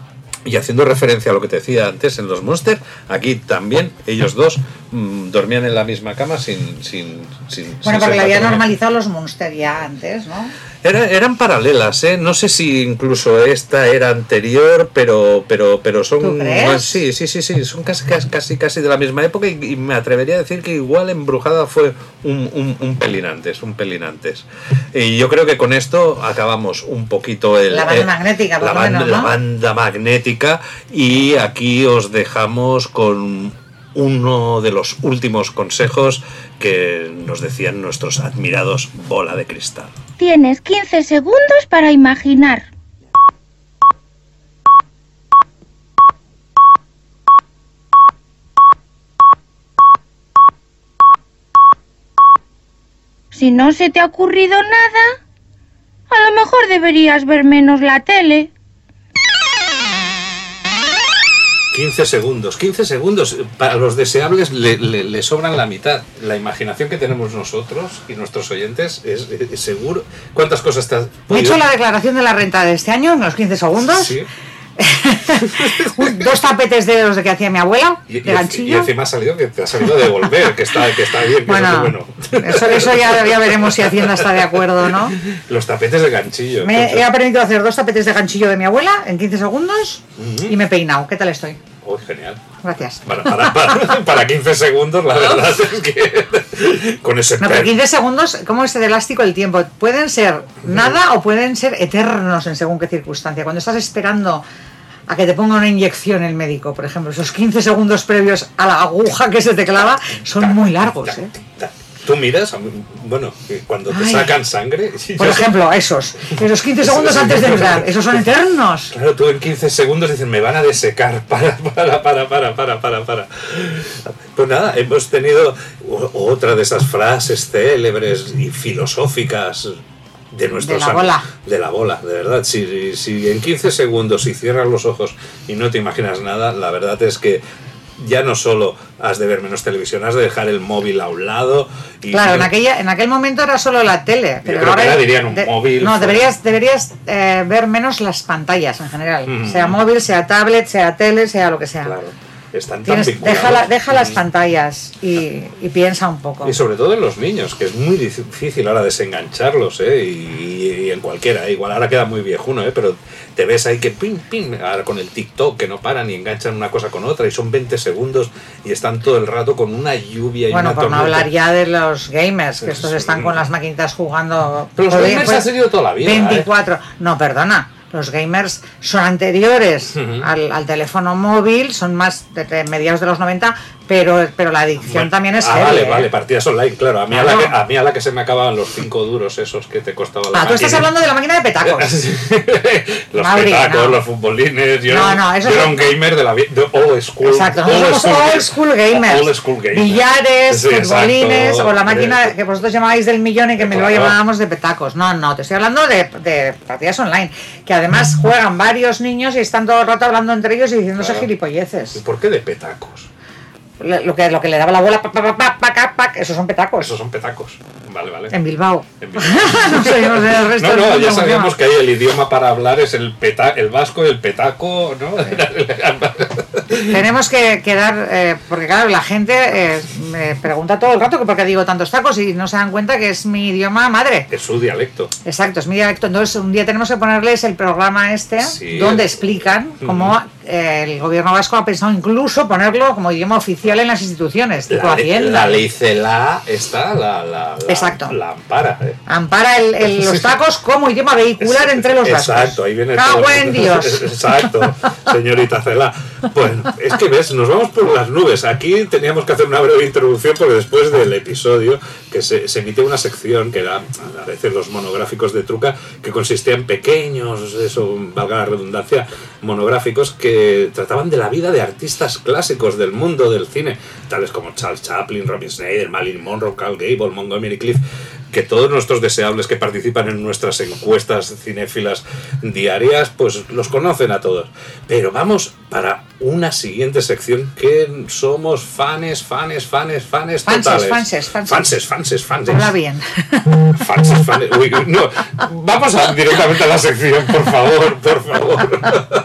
Y haciendo referencia a lo que te decía antes, en los Monsters, aquí también ellos dos mmm, dormían en la misma cama sin... sin, sin bueno, sin porque le habían patrón. normalizado los Monsters ya antes, ¿no? Era, eran paralelas, ¿eh? No sé si incluso esta era anterior, pero pero pero son... ¿Tú crees? Sí, sí, sí, sí, son casi casi casi de la misma época y, y me atrevería a decir que igual Embrujada fue un, un, un pelín antes, un pelín antes. Y yo creo que con esto acabamos un poquito el... La banda eh, magnética, por la, lo banda, menos, ¿no? la banda magnética, y aquí os dejamos con uno de los últimos consejos que nos decían nuestros admirados Bola de Cristal. Tienes quince segundos para imaginar. Si no se te ha ocurrido nada, a lo mejor deberías ver menos la tele. quince segundos, quince segundos. Para los deseables le, le, le sobran la mitad. La imaginación que tenemos nosotros y nuestros oyentes es, es, es seguro. ¿Cuántas cosas te has He hecho la declaración de la renta de este año en los quince segundos. Sí. Dos tapetes de los de que hacía mi abuela, Y, de y, ganchillo. y encima ha salido que te ha salido de devolver, que está, que está bien, que Bueno, eso es bueno. eso, eso ya, ya veremos si Hacienda está de acuerdo, ¿no? Los tapetes de ganchillo. Me entonces- he aprendido a hacer dos tapetes de ganchillo de mi abuela en quince segundos Ujú. y me he peinado. ¿Qué tal estoy? Oh, genial. Gracias. Para, para, para, para quince segundos, la verdad es que con ese No, pero per- quince segundos, ¿cómo es de elástico el tiempo? Pueden ser nada o pueden ser eternos en según qué circunstancia. Cuando estás esperando a que te ponga una inyección el médico, por ejemplo, esos quince segundos previos a la aguja que se te clava son muy largos, ¿eh? Tú miras, bueno, cuando te Ay. sacan sangre. Por yo- ejemplo, esos, esos quince segundos Sí, sí, antes de sí. entrar, esos son eternos. Claro, tú en quince segundos dices, me van a desecar. Para, para, para, para, para, para, para. Pues nada, hemos tenido o- otra de esas frases célebres y filosóficas de nuestros De la am- bola. de la bola, de verdad. Si, si en quince segundos si cierras los ojos y no te imaginas nada, la verdad es que ya no solo has de ver menos televisión, has de dejar el móvil a un lado. Y Claro, en aquella, en aquel momento era solo la tele, pero creo que ahora ahora dirían un móvil, No, fuera. deberías, deberías eh, ver menos las pantallas en general, Mm. sea móvil, sea tablet, sea tele, sea lo que sea. Claro, están tan Tienes, vinculados. deja, la- deja las Mm. pantallas y, y piensa un poco. Y sobre todo en los niños, que es muy difícil ahora desengancharlos, ¿eh? Y, y en cualquiera, ¿eh? Igual ahora queda muy viejuno, ¿eh? Pero te ves ahí que pim, pim, ahora con el TikTok que no paran y enganchan una cosa con otra y son veinte segundos y están todo el rato con una lluvia y Bueno, una por no tormenta. hablar ya de los gamers, que Pues estos sí. están con las maquinitas jugando. Pero los Podría- gamers pues, han seguido toda la vida, ¿eh? veinticuatro. No, perdona. Los gamers son anteriores Ujú. al, al teléfono móvil, son más de, de mediados de los noventa, pero, pero la adicción Bueno, también es ah, heavy, vale, ¿eh? vale, partidas online, claro. A mí, Claro. A, la que, a mí a la que se me acababan los cinco duros esos que te costaba la Ah, tú estás máquina. hablando de la máquina de petacos. Los Mauri, petacos, no. los futbolines. Yo, No, era, no, eso yo era es- un gamer de la vi- de old school. Exacto, nosotros somos old school gamers. Old school gamers. Billares, Sí, futbolines, exacto. o la máquina que vosotros llamabais del millón y que me lo Claro. llamábamos de petacos. No, no, te estoy hablando de, de partidas online, que además juegan varios niños y están todo el rato hablando entre ellos y diciéndose Claro. ¿Y gilipolleces. por qué de petacos? Le- Lo que, lo que le daba la bola, pa, pa, pa, pa, pa, pa, pa, esos son petacos. Esos son petacos. Vale, vale. En Bilbao. En Bilbao. No sé, no sé el resto No, del no, mundo ya cómo se sabíamos llama. que hay el idioma para hablar es el peta, el vasco y el petaco, ¿no? Tenemos que, que dar, eh, porque claro, la gente eh, me pregunta todo el rato que por qué digo tantos tacos y no se dan cuenta que es mi idioma madre. Es su dialecto. Exacto, es mi dialecto. Entonces, un día tenemos que ponerles el programa este, Sí. donde explican cómo eh, el gobierno vasco ha pensado incluso ponerlo como idioma oficial en las instituciones, tipo La, ley- Hacienda. la ley CELA está, la, la, la, Exacto. la ampara. ¿eh? Ampara el, el- los tacos como idioma vehicular entre los vascos. Exacto, ahí viene ¡Cago todo. en Dios! Exacto, señorita Cela. Bueno, es que ves, nos vamos por las nubes. Aquí teníamos que hacer una breve introducción porque después del episodio que se, se emitió una sección que era a veces los monográficos de Truca, que consistía en pequeños, eso valga la redundancia, monográficos que trataban de la vida de artistas clásicos del mundo del cine, tales como Charles Chaplin, Robin Schneider, Marilyn Monroe, Carl Gable, Montgomery Clift, que todos nuestros deseables que participan en nuestras encuestas cinéfilas diarias, pues los conocen a todos. Pero vamos para una siguiente sección que somos fanes, fanes, fanes, fanes Fanses, totales. fanses, fanses. Fanses, fanses, fanses. Habla bien. Fanses, fanses. Uy, no, vamos a, directamente a la sección, por favor, por favor.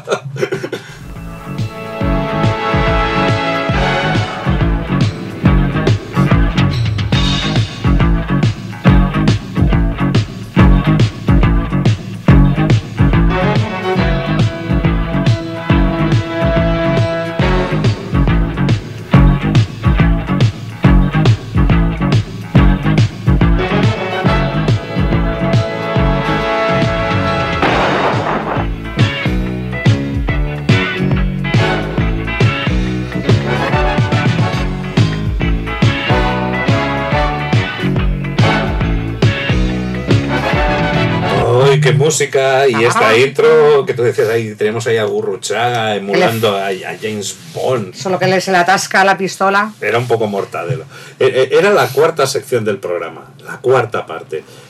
Uy, qué música y esta Ah. intro que tú decías ahí, tenemos ahí a Gurruchaga emulando a, a James Bond. Solo que le, se le atasca la pistola. Era un poco mortadelo. E- e- Era la cuarta sección del programa, la cuarta parte.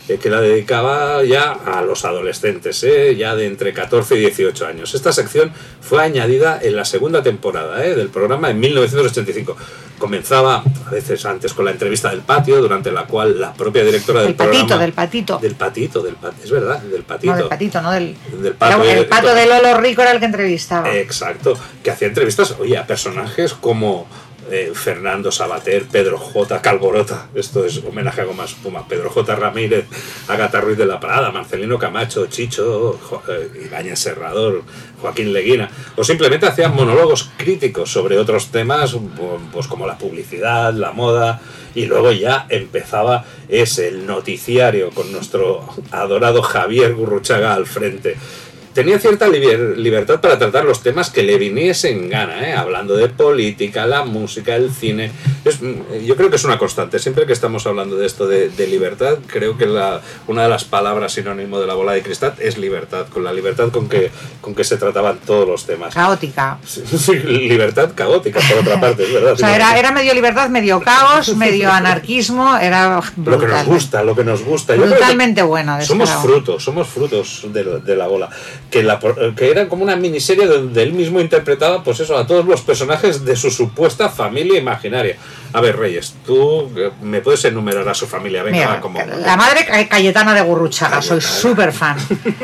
eh, que la dedicaba ya a los adolescentes, eh, ya de entre catorce y dieciocho años. Esta sección fue añadida en la segunda temporada eh, del programa en mil novecientos ochenta y cinco. Comenzaba a veces antes con la entrevista del patio, durante la cual la propia directora del, del patito, programa... Del patito, del patito. Del patito, es verdad, del patito. No, del patito, no del... del pato, el, el eh, pato de Lolo Rico era el que entrevistaba. Exacto, que hacía entrevistas, oye, a personajes como... Eh, Fernando Sabater, Pedro J. Calborota, esto es homenaje a Goma Espuma, Pedro J. Ramírez, Ágata Ruiz de la Prada, Marcelino Camacho, Chicho, jo, eh, Ibáñez Serrador, Joaquín Leguina, o simplemente hacían monólogos críticos sobre otros temas, pues como la publicidad, la moda, y luego ya empezaba ese el noticiario con nuestro adorado Javier Gurruchaga al frente. Tenía cierta liber- libertad para tratar los temas que le viniesen gana, ¿eh? Hablando de política, la música, el cine. Es, yo creo que es una constante. Siempre que estamos hablando de esto de, de libertad, creo que la, una de las palabras sinónimo de la bola de cristal es libertad, con la libertad con que, con que se trataban todos los temas. Caótica. Sí, sí, libertad caótica, por otra parte, es verdad. O sea, era, era medio libertad, medio caos, medio anarquismo, era brutal. Lo que nos gusta, lo que nos gusta. Brutalmente yo bueno. Somos frutos, somos frutos de, de la bola. Que, la, que era como una miniserie donde él mismo interpretaba, pues eso, a todos los personajes de su supuesta familia imaginaria. A ver, Reyes, tú me puedes enumerar a su familia. Venga, Mira, va, como... La madre Cayetana de Gurruchaga, Cayetana. Soy súper fan.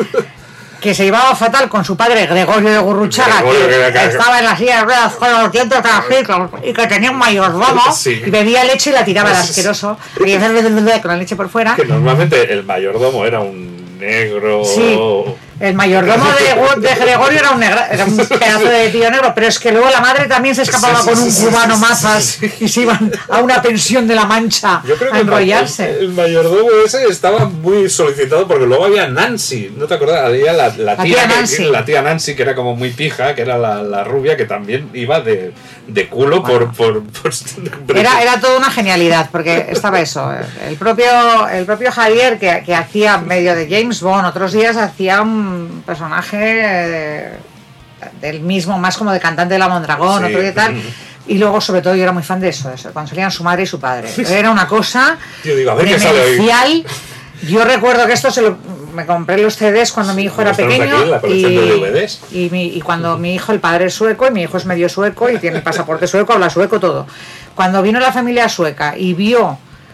Que se llevaba fatal con su padre Gregorio de Gurruchaga, Gregorio, que, que, que, que estaba en la silla de ruedas con los dientes así, y que tenía un mayordomo, sí. Y bebía leche y la tiraba al asqueroso, con la leche por fuera. Que normalmente el mayordomo era un negro... Sí. El mayordomo de, de Gregorio era un, negra, era un pedazo de tío negro, pero es que luego la madre también se escapaba sí, sí, con un sí, cubano sí, mazas sí, sí. Y se iban a una pensión de la Mancha Yo creo que a enrollarse. El, el mayordomo ese estaba muy solicitado porque luego había Nancy, ¿no te acuerdas? Había la, la, la, tía, tía Nancy. Que, la tía Nancy, que era como muy pija, que era la, la rubia, que también iba de, de culo bueno. por, por, por... Era, era toda una genialidad, porque estaba eso. El propio, el propio Javier, que, que hacía medio de James Bond, otros días hacía un personaje De, del mismo, más como de cantante de la Mondragón, sí. Otro y tal. Y luego, sobre todo, yo era muy fan de eso, de eso, cuando salían su madre y su padre. Era una cosa yo digo, a ver qué sale hoy. Yo recuerdo que esto se lo, me compré los C Ds cuando mi hijo era pequeño. Aquí, la colección y, de D V Ds. Y, mi, y cuando mi hijo, el padre es sueco, y mi hijo es medio sueco, y tiene el pasaporte sueco, habla sueco, todo. Cuando vino la familia sueca y vio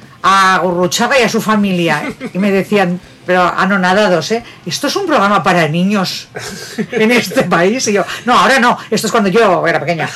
a Gurruchaga y a su familia, y me decían, pero anonadados, ¿eh? Esto es un programa para niños en este país. Y yo, no, ahora no, esto es cuando yo era pequeña.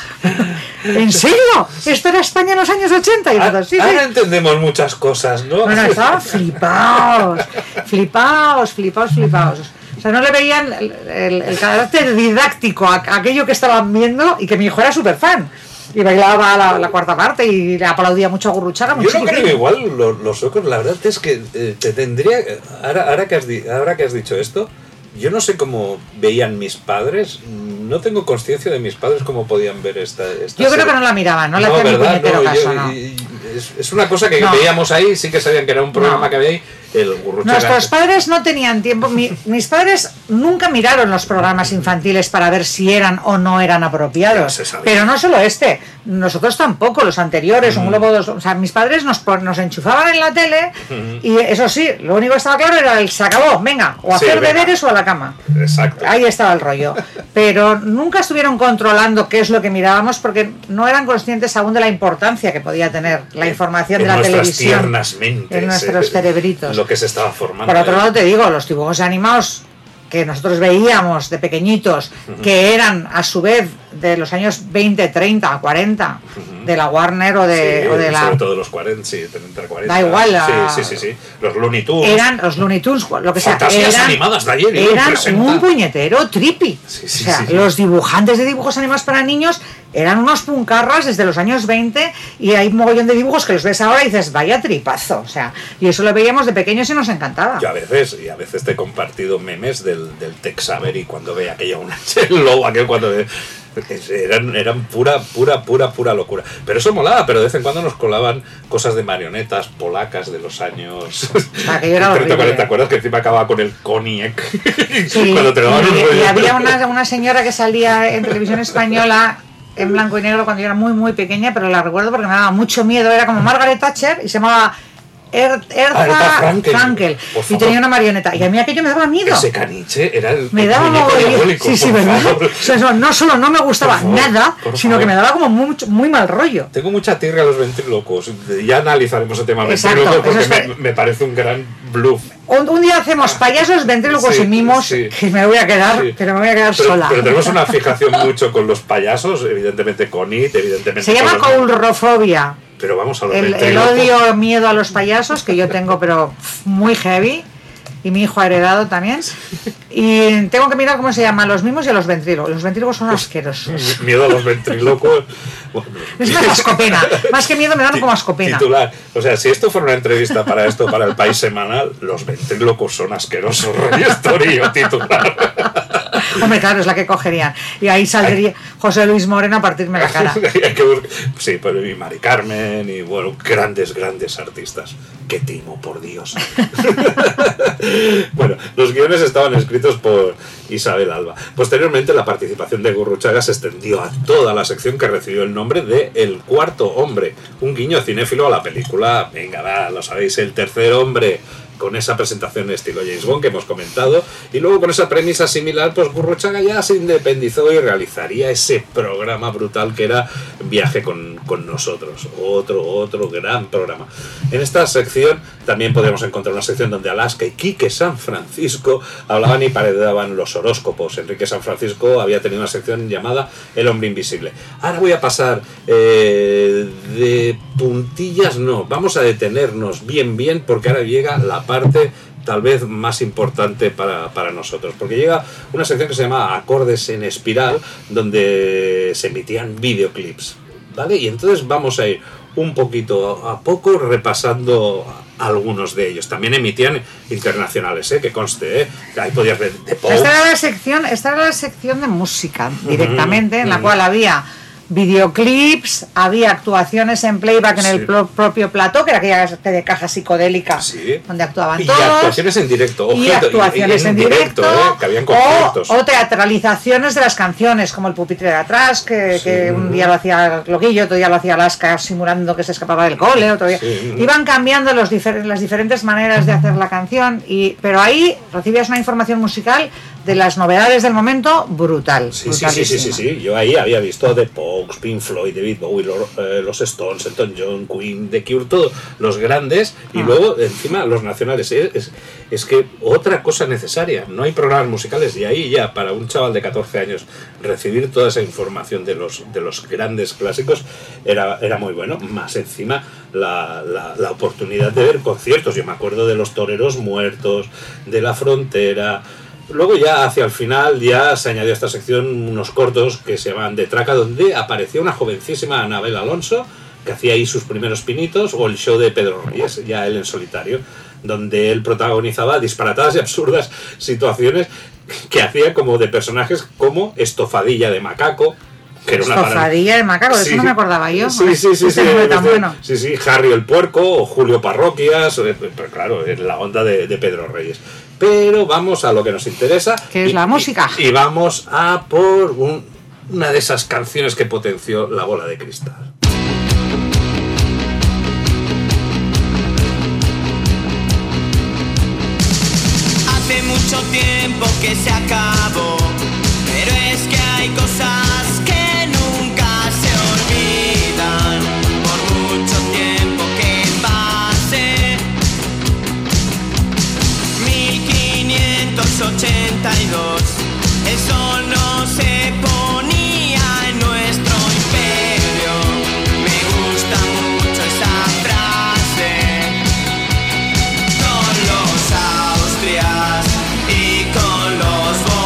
¿En serio? ¿Esto era España en los años ochenta? Y todos, sí, ahora sí. Entendemos muchas cosas, ¿no? Bueno, estaban flipaos, flipaos, flipaos, flipaos. O sea, no le veían el, el, el carácter didáctico a, a aquello que estaban viendo, y que mi hijo era súper fan. Y bailaba la, la cuarta parte y le aplaudía mucho a Gurruchaga. Yo no creo que igual los, los suecos, la verdad es que eh, te tendría... Ahora, ahora, que has di, ahora que has dicho esto, yo no sé cómo veían mis padres, no tengo conciencia de mis padres cómo podían ver esta... esta yo creo serie. Que no la miraban, no, no le hacían ni puñetero no, caso, yo, ¿no? Es, es una cosa que no. Veíamos ahí, sí que sabían que era un programa no. Que había ahí. El Nuestros padres no tenían tiempo. Mi, mis padres nunca miraron los programas infantiles para ver si eran o no eran apropiados. Pero no solo este, nosotros tampoco, los anteriores, mm. un globo dos. O sea, mis padres nos, nos enchufaban en la tele mm. y eso sí, lo único que estaba claro era el se acabó, venga, o hacer sí, deberes o a la cama. Exacto. Ahí estaba el rollo. Pero nunca estuvieron controlando qué es lo que mirábamos porque no eran conscientes aún de la importancia que podía tener la información en de la televisión tiernas mentes, en nuestros eh, cerebritos. Lo que se estaba formando. Por otro lado te digo, los dibujos animados que nosotros veíamos de pequeñitos, uh-huh. que eran a su vez de los años veinte, treinta, cuarenta, uh-huh. de la Warner o de, sí, o de la... sobre todo los cuarenta, sí, treinta, cuarenta. Da igual. La... Sí, sí, sí, sí. Los Looney Tunes. Eran los Looney Tunes, lo que sea. Fantasías eran, animadas de ayer. Eran un puñetero trippy. Sí, sí, o sea, sí, sí. Los dibujantes de dibujos animados para niños eran unos puncarras desde los años veinte y hay un mogollón de dibujos que los ves ahora y dices, vaya tripazo. O sea, y eso lo veíamos de pequeños y nos encantaba. Yo a veces, y a veces te he compartido memes del, del Tex Avery cuando veía aquella una el lobo aquel cuando ve, eran, eran pura, pura, pura, pura locura. Pero eso molaba, pero de vez en cuando nos colaban cosas de marionetas polacas de los años treinta, cuarenta. ¿Te acuerdas que encima acababa con el Koniec? Sí, cuando te daban y, un y había una, una señora que salía en televisión española en blanco y negro cuando yo era muy muy pequeña, pero la recuerdo porque me daba mucho miedo, era como Margaret Thatcher y se llamaba Er, Erza Erza Frankel, Frankel, y tenía una marioneta. Y a mí aquello me daba miedo. Ese caniche era el me daba muñeco diabólico. Sí, sí, ¿verdad? O sea, eso, no solo no me gustaba Por favor, nada, por sino favor. que me daba como muy, muy mal rollo. Tengo mucha tirria a los ventrílocos. Ya analizaremos el tema Exacto, ventrílocos porque eso es- me, me parece un gran bluff. Un, un día hacemos payasos, ventrílocos Sí, y mimos, sí. que me voy a quedar, Sí. pero me voy a quedar Pero, sola. pero tenemos una fijación mucho con los payasos, evidentemente con It, evidentemente Se llama con los- coulrofobia. Pero vamos a los El, el ventrílocos. odio, miedo a los payasos, que yo tengo, pero pff, muy heavy. Y mi hijo ha heredado también. Y tengo que mirar cómo se llama a los mimos y a los ventrílocos. Los ventrílocos son asquerosos. Miedo a los ventrílocos. Bueno, Es más ascopena. Más que miedo me dan como ascopena. Titular. O sea, si esto fuera una entrevista para esto, para el País Semanal, los ventrílocos son asquerosos. Rey Estorio, titular. Hombre, claro, es la que cogerían. Y ahí saldría José Luis Moreno a partirme la cara. Hay que buscar- Sí, pero y Mari Carmen y bueno, grandes, grandes artistas. Qué timo, por Dios. Bueno, los guiones estaban escritos por Isabel Alba. Posteriormente, la participación de Gurruchaga se extendió a toda la sección que recibió el nombre de El Cuarto Hombre, un guiño cinéfilo a la película, venga, va, lo sabéis, El Tercer Hombre, con esa presentación estilo James Bond que hemos comentado, y luego con esa premisa similar, pues Gurruchaga ya se independizó y realizaría ese programa brutal que era Viaje con, con nosotros, otro, otro gran programa. En esta sección también podemos encontrar una sección donde Alaska y Quique San Francisco hablaban y paredaban los horóscopos. Enrique San Francisco había tenido una sección llamada El Hombre Invisible. Ahora voy a pasar eh, de puntillas, no, vamos a detenernos bien, bien, porque ahora llega la parte tal vez más importante para, para nosotros, porque llega una sección que se llama Acordes en Espiral, donde se emitían videoclips, ¿vale? Y entonces vamos a ir un poquito a poco repasando algunos de ellos. También emitían internacionales, ¿eh? Que conste, ¿eh? Ahí podías ver The Pogues. Esta era la sección, esta era la sección de música directamente, en la ujú. cual había videoclips, había actuaciones en playback en Sí. el pro- propio plató, que era aquella especie de caja psicodélica Sí. donde actuaban Y todos. actuaciones en directo, y ojito, actuaciones y- y en directo, ¿eh? Que habían conciertos. o, o teatralizaciones de las canciones, como el pupitre de atrás, que, Sí. que un día lo hacía Loquillo, otro día lo hacía Alaska simulando que se escapaba del cole, otro día. Sí. Iban cambiando los difer- las diferentes maneras de hacer la canción, y pero ahí recibías una información musical de las novedades del momento brutal. Sí, sí, sí, sí, sí, sí. Yo ahí había visto a The Pogues, Pink Floyd, David Bowie, lo- eh, los Stones, Elton John, Queen, The Cure, todos los grandes, y Ah. luego encima los nacionales. Es, es, es que otra cosa necesaria, no hay programas musicales, y ahí ya para un chaval de catorce años recibir toda esa información de los, de los grandes clásicos era, era muy bueno, más encima la, la, la oportunidad de ver conciertos. Yo me acuerdo de los Toreros Muertos, de La Frontera. Luego ya hacia el final ya se añadió a esta sección unos cortos que se llamaban De Traca, donde aparecía una jovencísima Anabel Alonso que hacía ahí sus primeros pinitos, o el show de Pedro Reyes, ya él en solitario, donde él protagonizaba disparatadas y absurdas situaciones que hacía como de personajes como Estofadilla de Macaco, que era una Estofadilla de macaco, de eso no me acordaba yo. Sí, sí, sí, Ese sí, nombre tan este- bueno. sí, sí, Harry el Puerco o Julio Parroquias, eh, pero claro, es la onda de, de Pedro Reyes. Pero vamos a lo que nos interesa. Que es la música. Y, y vamos a por un- una de esas canciones que potenció La Bola de Cristal. Hace mucho tiempo que se acabó, pero es que hay cosas que nunca se olvidan, por mucho tiempo que pase. mil quinientos ochenta y dos, el sol no se ponía en nuestro imperio. Me gusta mucho esa frase. Con los Austrias y con los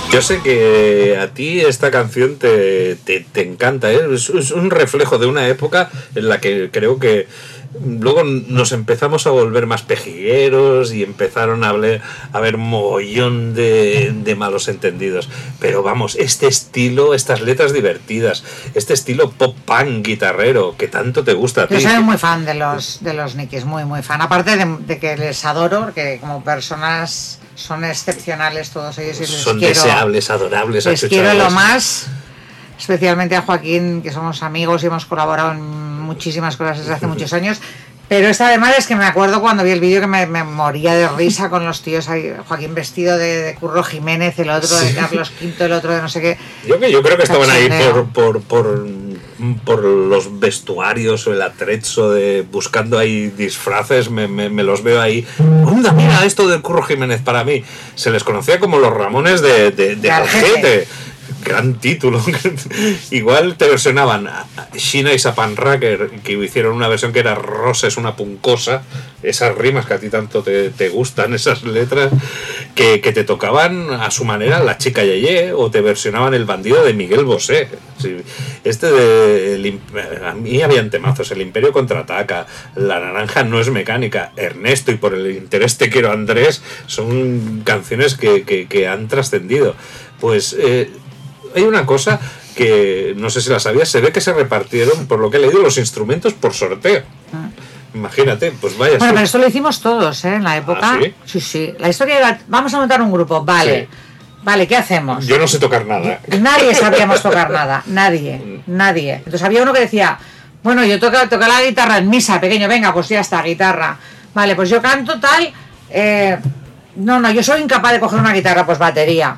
Yo sé que a ti esta canción te, te, te encanta, ¿eh? Es, es un reflejo de una época en la que creo que luego nos empezamos a volver más pejigueros y empezaron a haber, a haber mogollón de, de malos entendidos. Pero vamos, este estilo, estas letras divertidas, este estilo pop punk guitarrero que tanto te gusta a ti. Yo soy muy fan de los de los Nikis, muy muy fan. Aparte de, de que les adoro, porque como personas son excepcionales todos ellos y les son quiero, deseables, adorables, les quiero lo más, especialmente a Joaquín, que somos amigos y hemos colaborado en muchísimas cosas desde hace muchos años. Pero esta además es que me acuerdo cuando vi el vídeo que me, me moría de risa con los tíos ahí, Joaquín vestido de, de Curro Jiménez, el otro de Carlos Quinto, el otro de no sé qué. Yo, yo creo que estaban ahí por, por, por, por los vestuarios o el atrezzo de buscando ahí disfraces, me, me, me los veo ahí. ¡Onda, mira esto del Curro Jiménez! Para mí se les conocía como los Ramones de, de, de Algete. Gran título. Igual te versionaban a Sheena y Sapanracker, que hicieron una versión que era Rosa es una puncosa, esas rimas que a ti tanto te, te gustan, esas letras que, que te tocaban a su manera La Chica Yeye, o te versionaban El Bandido de Miguel Bosé. Este de el, a mí habían temazos, El Imperio Contraataca, La Naranja no es mecánica, Ernesto y Por el interés te quiero Andrés, son canciones que, que, que han trascendido. Pues eh, hay una cosa que no sé si la sabías, se ve que se repartieron, por lo que he leído, los instrumentos por sorteo. Ah. Imagínate, pues vaya. Bueno, pero esto lo hicimos todos, ¿eh? En la época. ¿Ah, sí? Sí, sí. La historia era, vamos a montar un grupo, vale. Sí. Vale, ¿qué hacemos? Yo no sé tocar nada. Nadie sabíamos tocar nada, nadie, nadie. Entonces había uno que decía, bueno, yo toco, toco la guitarra en misa, pequeño, venga, pues ya está, guitarra. Vale, pues yo canto tal, eh, no, no, yo soy incapaz de coger una guitarra, pues batería.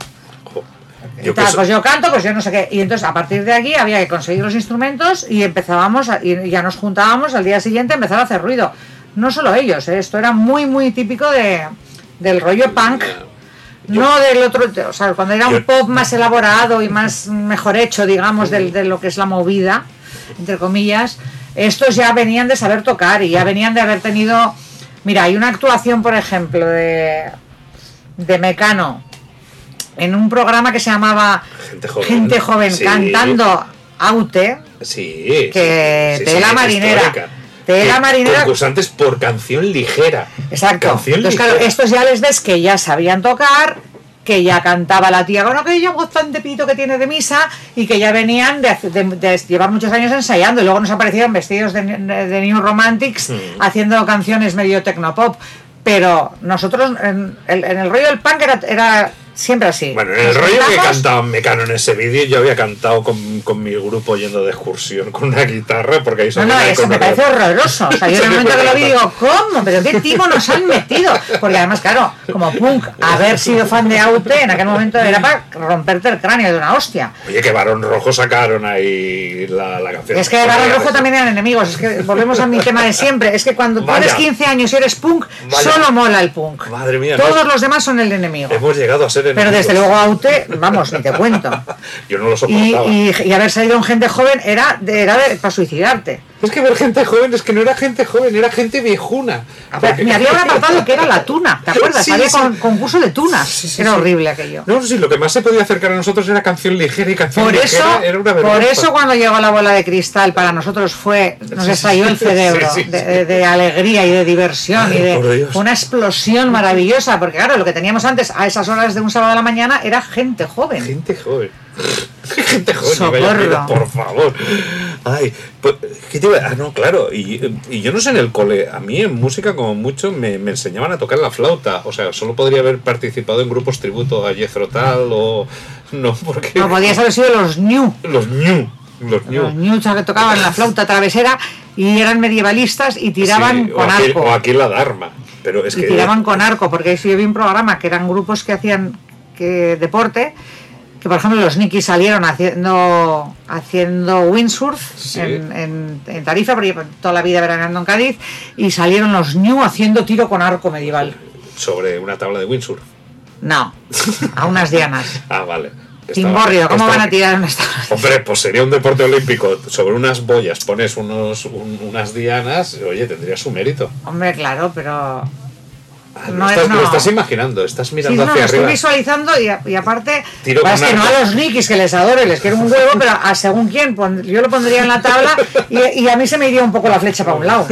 Yo tal, pues yo canto, pues yo no sé qué. Y entonces a partir de aquí había que conseguir los instrumentos y empezábamos, a, y ya nos juntábamos al día siguiente a empezar a hacer ruido. No solo ellos, ¿eh? Esto era muy, muy típico de, del rollo punk. Yo, no del otro, o sea, cuando era yo, un pop más elaborado y más mejor hecho, digamos, de, de lo que es la movida, entre comillas, estos ya venían de saber tocar y ya venían de haber tenido... Mira, hay una actuación, por ejemplo, de, de Mecano, en un programa que se llamaba Gente Joven, Gente Joven sí. Cantando Aute, sí, que sí, Tela sí, Marinera, histórica. Tela Marinera, concursantes por canción ligera. Exacto. Canción Entonces, ligera. Claro, estos ya les ves que ya sabían tocar, que ya cantaba la tía con aquella voz tan de pito que tiene de misa y que ya venían de, de, de llevar muchos años ensayando y luego nos aparecieron vestidos de, de, de New Romantics mm. haciendo canciones medio tecnopop. Pero nosotros en el, en el rollo del punk era, era siempre así. Bueno, en el Nos rollo cantamos... que cantaba Mecano en ese vídeo, yo había cantado con, con mi grupo yendo de excursión con una guitarra, porque ahí No, no, eso me parece horroroso. O sea, yo en el momento que lo vi digo, ¿cómo? ¿Pero qué timo nos han metido? Porque además, claro, como punk, haber sido fan de Aute en aquel momento era para romperte el cráneo de una hostia. Oye, que Barón Rojo sacaron ahí la, la canción. Es que Barón Rojo también eran enemigos. Es que volvemos a mi tema de siempre. Es que cuando Vaya. tú eres quince años y eres punk, Vaya. solo mola el punk. Madre mía. Todos no, los demás son el enemigo. Hemos llegado a ser enemigos. Pero desde luego Aute, vamos, ni te cuento. Yo no lo soportaba. Y, y, y haber salido en Gente Joven era, de, era de, para suicidarte. Es que ver Gente Joven es que no era gente joven, era gente viejuna. Porque... Me había un apartado que era la tuna, ¿te acuerdas? Sí, había sí. Con, concurso de tunas. Sí, sí, era sí. horrible aquello. No, sí, lo que más se podía acercar a nosotros era canción ligera y canción por ligera eso, era una vergüenza. Por eso cuando llegó la bola de cristal para nosotros fue, nos estalló el cerebro sí, sí, sí. De, de, de alegría y de diversión. Ay, y de una explosión maravillosa, porque claro, lo que teníamos antes a esas horas de un sábado a la mañana era gente joven. Gente joven. Gente joven, vaya vida, por favor. Ay, pues, ¿qué te iba a... Ah, no, claro, y, y yo no sé en el cole, a mí en música como mucho me, me enseñaban a tocar la flauta, o sea, solo podría haber participado en grupos tributo a Jethro Tull o... No, porque... No, podías haber sido los New. Los New. Los New. Los New que tocaban la flauta travesera y eran medievalistas y tiraban sí, con o aquí, arco. O aquí la Dharma. Pero es y que... tiraban con arco, porque yo vi un programa que eran grupos que hacían que deporte... que por ejemplo los Nikis salieron haciendo haciendo windsurf sí. en, en, en Tarifa, porque toda la vida veraneando en Cádiz, y salieron los New haciendo tiro con arco medieval. ¿Sobre una tabla de windsurf? No, a unas dianas. Ah, vale. Timborrio, ¿cómo estaba... van a tirar unas tablas? Hombre, pues sería un deporte olímpico. Sobre unas boyas pones unos un, unas dianas, oye, tendría su mérito. Hombre, claro, pero... No, estás, no. Lo estás imaginando, estás mirando sí, no, hacia lo estoy arriba. visualizando y, y aparte, Tiro es que no a los Nikis, que les adoro y les quiero un huevo, pero a según quién, pon, yo lo pondría en la tabla y, y a mí se me iría un poco la flecha para un lado.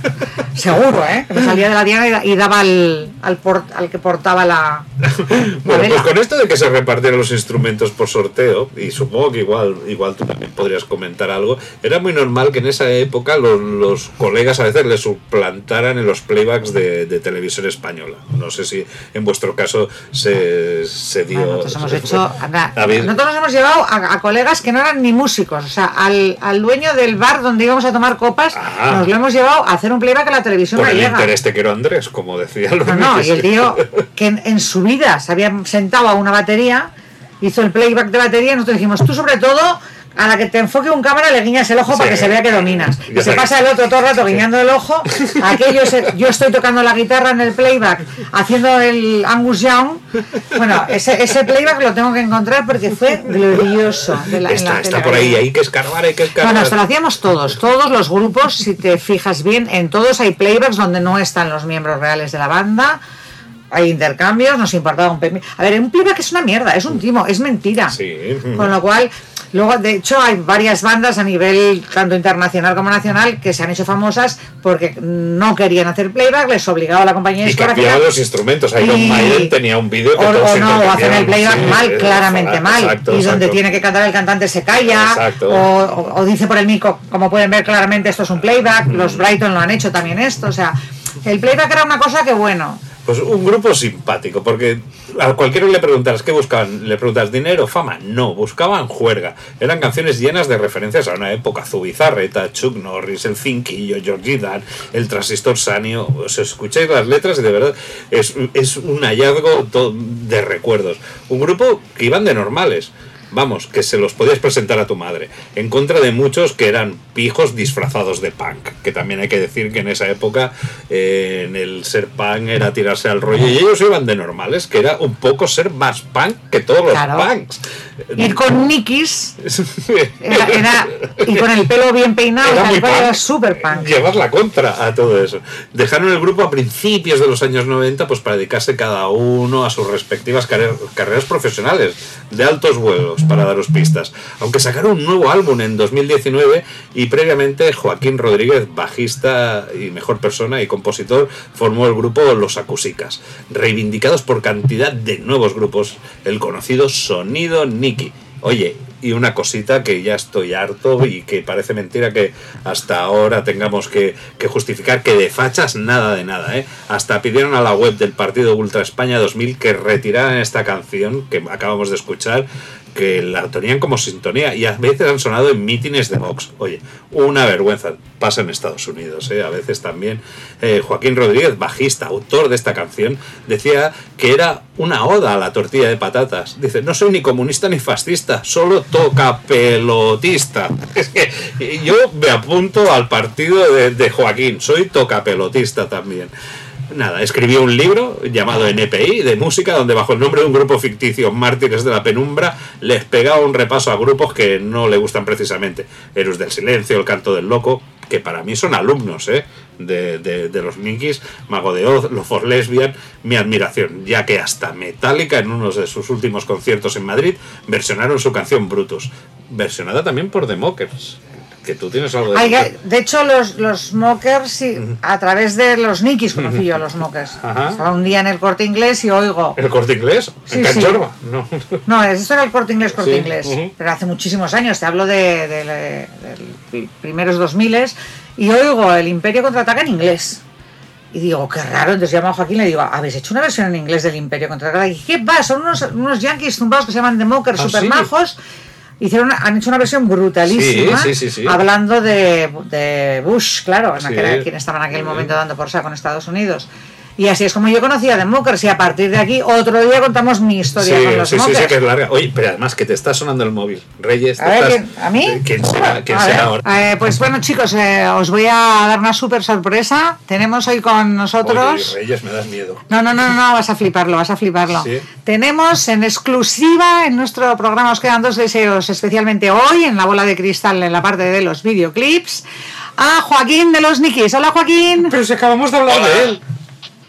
Seguro, ¿eh? Que me salía de la diana y, y daba al, al, port, al que portaba la... Bueno, la pues con esto de que se repartieron los instrumentos por sorteo, y supongo que igual, igual tú también podrías comentar algo, era muy normal que en esa época los, los colegas a veces les suplantaran en los playbacks de, de televisión española. No sé si en vuestro caso se, se dio... Bueno, nosotros hemos se hecho... fue. Anda, David. nosotros nos hemos llevado a, a colegas que no eran ni músicos, o sea, al, al dueño del bar donde íbamos a tomar copas, Ah. nos lo hemos llevado a hacer un playback a la televisión Por el gallega. interés te quiero Andrés, como decía los No, no, Nikis. y el tío que en, en su vida se había sentado a una batería, hizo el playback de batería y nosotros dijimos, tú sobre todo, a la que te enfoque un cámara le guiñas el ojo Sí. para que se vea que dominas. Ya Y se sé. pasa el otro todo el rato guiñando el ojo, aquello es el- yo estoy tocando la guitarra en el playback, haciendo el Angus Young. Bueno, ese, ese playback lo tengo que encontrar porque fue glorioso. De la, en Está, la está tele por ahí, gallega. hay que escarbar, hay que escarbar. Bueno, esto lo hacíamos todos, todos los grupos, si te fijas bien, en todos hay playbacks donde no están los miembros reales de la banda, hay intercambios, nos importaba un pepino. A ver, un playback es una mierda, es un timo, es mentira. Sí. Con lo cual, luego, de hecho, hay varias bandas a nivel tanto internacional como nacional que se han hecho famosas porque no querían hacer playback, les obligaba a la compañía Y discográfica. cambiaban los instrumentos. Iron Y- Maiden tenía un vídeo que o, todos o no, o hacen el intercambiaban. playback Sí, mal, sí, claramente exacto, mal. exacto, y donde exacto. tiene que cantar el cantante se calla, Exacto. o, o- o dice por el micro, como pueden ver claramente, esto es un playback. Los Brighton lo han hecho también esto. O sea, el playback era una cosa que, bueno, Pues un grupo simpático, porque a cualquiera le preguntaras qué buscaban, le preguntas dinero, fama, no, buscaban juerga. Eran canciones llenas de referencias a una época, Zubizarreta, Chuck Norris, el Cinquillo, Georgie Dan, el Transistor Sanio. Os escucháis las letras y de verdad es, es un hallazgo to- de recuerdos. Un grupo que iban de normales. Vamos, que se los podías presentar a tu madre. En contra de muchos que eran pijos disfrazados de punk. Que también hay que decir que en esa época eh, en el ser punk era tirarse al rollo. Y ellos iban de normales, que era un poco ser más punk que todos los Claro. punks. ir con Nikis era, era- y con el pelo bien peinado, Era tal muy cual, punk. era super punk. Llevar la contra a todo eso. Dejaron el grupo a principios de los años noventa pues para dedicarse cada uno a sus respectivas carrer- carreras profesionales de altos vuelos, para daros pistas. Aunque sacaron un nuevo álbum en dos mil diecinueve y previamente Joaquín Rodríguez, bajista y mejor persona y compositor, formó el grupo Los Acusicas, reivindicados por cantidad de nuevos grupos, el conocido Sonido Niki. Oye, y una cosita que ya estoy harto y que parece mentira que hasta ahora tengamos que, que justificar, que de fachas nada de nada, ¿eh? Hasta pidieron a la web del Partido Ultra España dos mil que retiraran esta canción que acabamos de escuchar, que la tenían como sintonía y a veces han sonado en mítines de Vox. Oye, una vergüenza. Pasa en Estados Unidos, ¿eh? A veces también. Eh, Joaquín Rodríguez, bajista, autor de esta canción, decía que era una oda a la tortilla de patatas. Dice, no soy ni comunista ni fascista, solo toca pelotista. Es que yo me apunto al partido de, de Joaquín, soy tocapelotista también. Nada, escribió un libro llamado N P I de música, donde bajo el nombre de un grupo ficticio, Mártires de la Penumbra, les pegaba un repaso a grupos que no le gustan precisamente. Héroes del Silencio, El Canto del Loco, que para mí son alumnos, ¿eh? de, de, de los Nikis, Mago de Oz, Los For Lesbian, mi admiración, ya que hasta Metallica en uno de sus últimos conciertos en Madrid versionaron su canción Brutus, versionada también por The Mockers. Que tú tienes algo de... Hay que- de hecho, los, los Mockers, sí, a través de los Nikis conocí yo a los Mockers. Ajá. Estaba un día en el Corte Inglés y oigo... ¿El Corte Inglés? Sí, ¿En sí. Canchorba? No. No, esto era el Corte Inglés, Corte Sí, Inglés. ujú. Pero hace muchísimos años, te hablo de, de, de- de primeros dos miles, y oigo el Imperio contraataca en inglés. Y digo, qué raro. Entonces llamo a Joaquín y le digo, ¿habéis hecho una versión en inglés del Imperio contraataca? Y dije, ¿qué va? Son unos, unos yankees zumbados que se llaman The Mockers, ¿Ah, super sí? majos. Hicieron, han hecho una versión brutalísima, Sí, sí, sí, sí. hablando de, de Bush, claro, en Sí. aquel- quien estaba en aquel Sí. momento dando por saco en Estados Unidos. Y así es como yo conocía a The Mockers, y a partir de aquí otro día contamos mi historia Sí, con los sí, sí, Mockers. sí, que es larga. Oye, pero además que te está sonando el móvil. Reyes, te A ver, estás- ¿quién- ¿a mí? ¿Quién será, quién A será ver, ahora? eh, pues bueno, chicos, eh, os voy a dar una súper sorpresa. Tenemos hoy con nosotros... Oye, Reyes, me das miedo. No, no, no, no, vas a fliparlo, vas a fliparlo. Sí. Tenemos en exclusiva en nuestro programa Os Quedan Dos Deseos, especialmente hoy, en la bola de cristal, en la parte de los videoclips, a Joaquín de los Nikis. Hola, Joaquín. Pero si acabamos de hablar de él.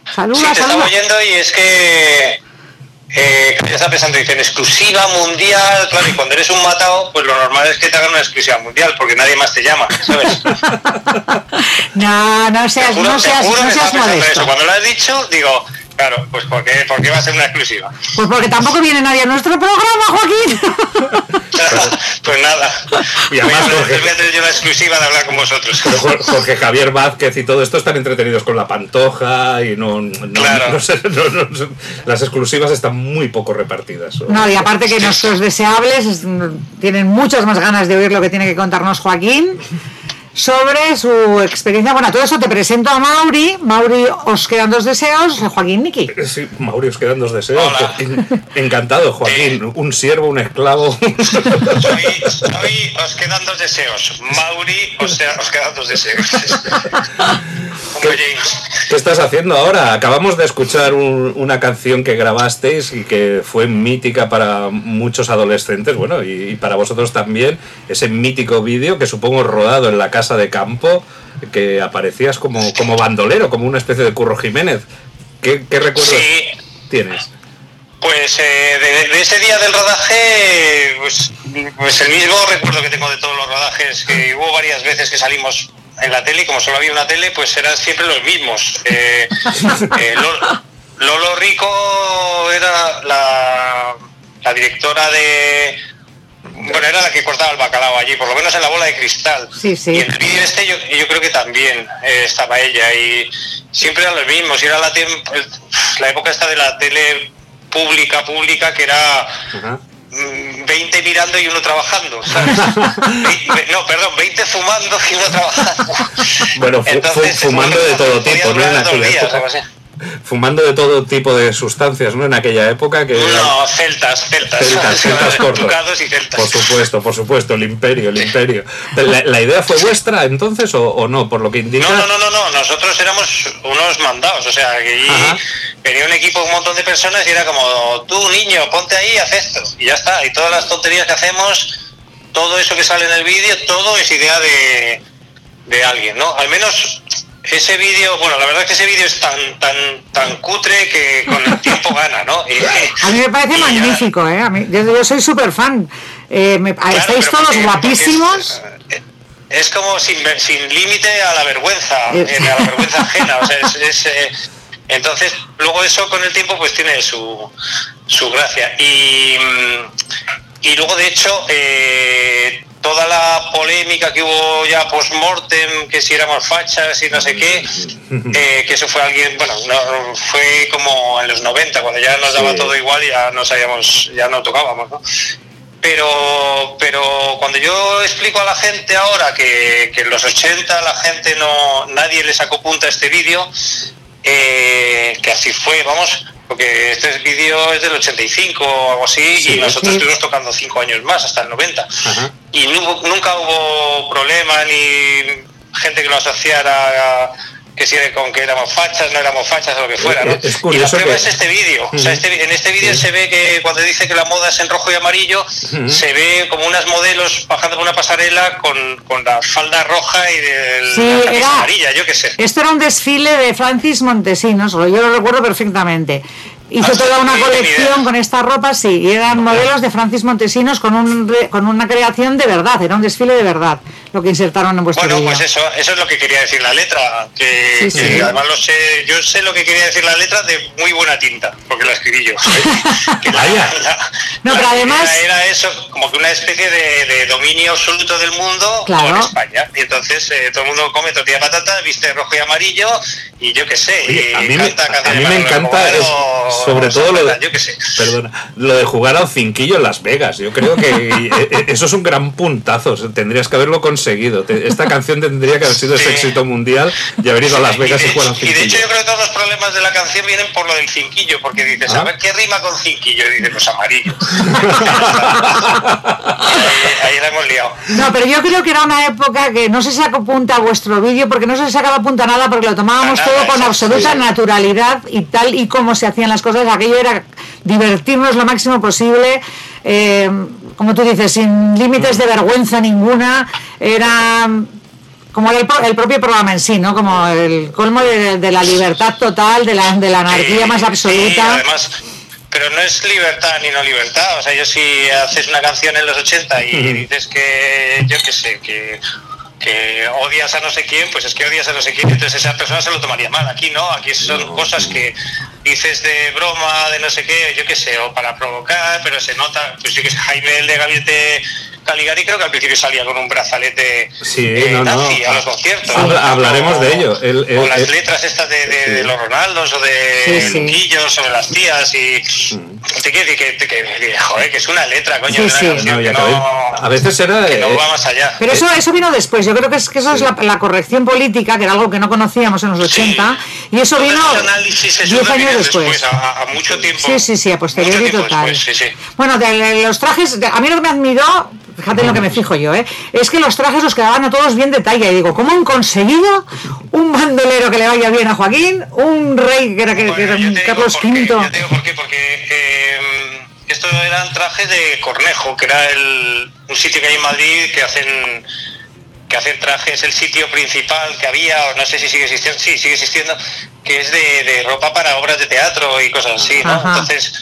Saluda, sí, te saluda. estaba oyendo y es que eh, ya está pensando, dicen exclusiva mundial, claro, y cuando eres un matado, pues lo normal es que te hagan una exclusiva mundial, porque nadie más te llama, ¿sabes? No, no seas, juro, no seas, juro no seas modesto. Eso. Cuando lo has dicho, digo, claro, pues ¿por qué, ¿por qué va a ser una exclusiva? Pues porque tampoco viene nadie a nuestro programa, Joaquín. Pues nada. Y además, voy, a, Jorge, voy a tener yo la exclusiva de hablar con vosotros. pero Jorge Javier Vázquez y todo esto están entretenidos con la Pantoja y no, no, Claro. no sé, no, no, no, las exclusivas están muy poco repartidas. No, y aparte que nuestros deseables es- tienen muchas más ganas de oír lo que tiene que contarnos Joaquín sobre su experiencia. Bueno, todo eso te presento a Mauri. Mauri, os quedan dos deseos. Joaquín, Niki. Sí, Mauri, os quedan dos deseos. Hola. Encantado, Joaquín. Un siervo, un esclavo. Hoy, hoy os quedan dos deseos. Mauri, o sea, os quedan dos deseos. Como James. ¿Qué estás haciendo ahora? Acabamos de escuchar un- una canción que grabasteis y que fue mítica para muchos adolescentes, bueno, y, y para vosotros también, ese mítico vídeo que supongo rodado en la casa de campo, que aparecías como, como bandolero, como una especie de Curro Jiménez. ¿Qué, qué recuerdos Sí. tienes? Pues eh, de, de ese día del rodaje, pues, pues el mismo recuerdo que tengo de todos los rodajes, que hubo varias veces que salimos en la tele, y como solo había una tele, pues eran siempre los mismos. Eh, eh, Lolo, Lolo Rico era la, la directora de... Bueno, era la que cortaba el bacalao allí, por lo menos en la bola de cristal. Sí, sí. Y en el vídeo este yo, yo creo que también eh, estaba ella, y siempre eran los mismos. Y era la, tem- el- la época esta de la tele pública, pública, que era Ajá. mm, veinte mirando y uno trabajando, ¿sabes? Ve- no, perdón, veinte fumando y uno trabajando. Bueno, fu- fu- Entonces, fumando bueno, de todo podía tipo, ¿no? durar En dos aquella días, época. algo así. Fumando de todo tipo de sustancias, ¿no? En aquella época que... No, celtas, celtas. Celtas, celtas cortos. Tucados y celtas. Por supuesto, por supuesto, el imperio, el imperio. ¿La, la idea fue vuestra entonces o, o no? Por lo que indica... No, no, no, no, no, nosotros éramos unos mandados, o sea, que allí Ajá. venía un equipo, un montón de personas y era como, tú niño, ponte ahí, haz esto, y ya está, y todas las tonterías que hacemos, todo eso que sale en el vídeo, todo es idea de, de alguien, ¿no? Al menos ese vídeo, bueno, la verdad es que ese vídeo es tan, tan, tan cutre que con el tiempo gana, ¿no? Y, A mí me parece y ya- magnífico, ¿eh? A mí, yo, yo soy súper fan. Eh, me- Claro, estáis pero todos porque- guapísimos. porque Es, es como sin, ver- sin límite a la vergüenza, Eh. eh, a la vergüenza ajena. O sea, es, es, eh, entonces, luego eso con el tiempo pues tiene su, su gracia. Y, mm, y luego, de hecho, eh, toda la polémica que hubo ya post-mortem, que si éramos fachas y no sé qué, eh, que eso fue alguien, bueno, no, fue como en los noventa, cuando ya nos daba Sí. todo igual y ya no sabíamos, ya no tocábamos, ¿no? Pero, pero cuando yo explico a la gente ahora que, que en los ochenta la gente no, nadie le sacó punta a este vídeo, eh, que así fue, vamos, porque este vídeo es del ochenta y cinco o algo así, Sí, y nosotros sí. estuvimos tocando cinco años más, hasta el noventa. Ajá. Y no hubo- nunca hubo problema ni gente que lo asociara a, que si con que éramos fachas, no éramos fachas o lo que fuera, ¿no? Es- es Y la curioso prueba que- es este vídeo. O sea, este- en este vídeo se ve que cuando dice que la moda es en rojo y amarillo, se ve como unas modelos bajando por una pasarela con, con la falda roja y de Sí, la camisa era- amarilla, yo qué sé. Esto era un desfile de Francis Montesinos, yo lo recuerdo perfectamente. Hizo Ah, toda sí, una ni idea. colección con esta ropa, sí, y eran modelos de Francis Montesinos con, un, re- con una creación de verdad, era un desfile de verdad, lo que insertaron en vuestro Bueno, vídeo. pues eso, eso es lo que quería decir la letra, que, Sí, que sí. además lo sé, yo sé lo que quería decir la letra de muy buena tinta, porque la escribí yo. Que la- Vaya. la- No, la pero además- idea era eso, como que una especie de, de dominio absoluto del mundo Claro. con España. Y entonces eh, todo el mundo come tortilla de patata, viste rojo y amarillo, y yo qué sé, Oye, y a mí me, canta a canciones mí me para encanta, comer es- o- sobre o todo lo de, yo qué sé. perdona, lo de jugar al cinquillo en Las Vegas. Yo creo que eh, eh, eso es un gran puntazo. Tendrías que haberlo conseguido. Te- Esta canción tendría que haber sido ese Sí. éxito mundial y haber ido a Las Vegas y, y, de, jugar al y de hecho cinquillo. yo creo que todos los problemas de la canción vienen por lo del cinquillo, porque dices, Ah. a ver qué rima con cinquillo, y dices, pues amarillo. ahí, ahí la hemos liado. No, pero yo creo que era una época que no se sacó punta a vuestro vídeo, porque no se sacaba punta a nada, porque lo tomábamos A todo nada, con exacto, absoluta sí. naturalidad y tal y como se hacían las cosas. Aquello era divertirnos lo máximo posible, eh, como tú dices, sin límites de vergüenza ninguna. Era como el, el propio programa en sí, ¿no? Como el colmo de, de la libertad total, de la, de la anarquía sí, más absoluta. Sí, además, pero no es libertad ni no libertad. O sea, yo si haces una canción en los ochenta y uh-huh. dices que, yo qué sé, que, que odias a no sé quién, pues es que odias a no sé quién, entonces esa persona se lo tomaría mal. Aquí no, aquí son no, cosas no. que dices de broma, de no sé qué, yo qué sé, o para provocar, pero se nota, pues yo qué sé, Jaime, el de Gabinete Caligari, creo que al principio salía con un brazalete sí, eh, no, nazi no. a los conciertos. Habla, hablaremos o, de ello. El, el, o las el, letras estas de, de, sí. de los Ronaldos o de sí, sí. Luquillos sobre las tías y mm. te quiero decir que, que, que, joder, que es una letra, coño, sí, una sí. canción no, que no, a veces era que no va más allá. Pero eso, eso vino después. Yo creo que, es, que eso sí. es la, la corrección política, que era algo que no conocíamos en los ochenta, sí. y eso Todo vino diez años después. después a, a mucho tiempo. Sí, sí, sí, a posteriori total. Después, sí, sí. Bueno, de, de los trajes, de, a mí lo que me admiró, fíjate en lo que me fijo yo, ¿eh? es que los trajes los quedaban a todos bien de talla. Y digo, ¿cómo han conseguido un bandolero que le vaya bien a Joaquín? Un rey que era, que, bueno, que era un Carlos quinto. Yo te digo por qué, porque eh, estos eran trajes de Cornejo, que era el, un sitio que hay en Madrid que hacen que hacen trajes, el sitio principal que había, o no sé si sigue existiendo, sí, sigue existiendo, que es de, de ropa para obras de teatro y cosas así, ¿no? Ajá. Entonces,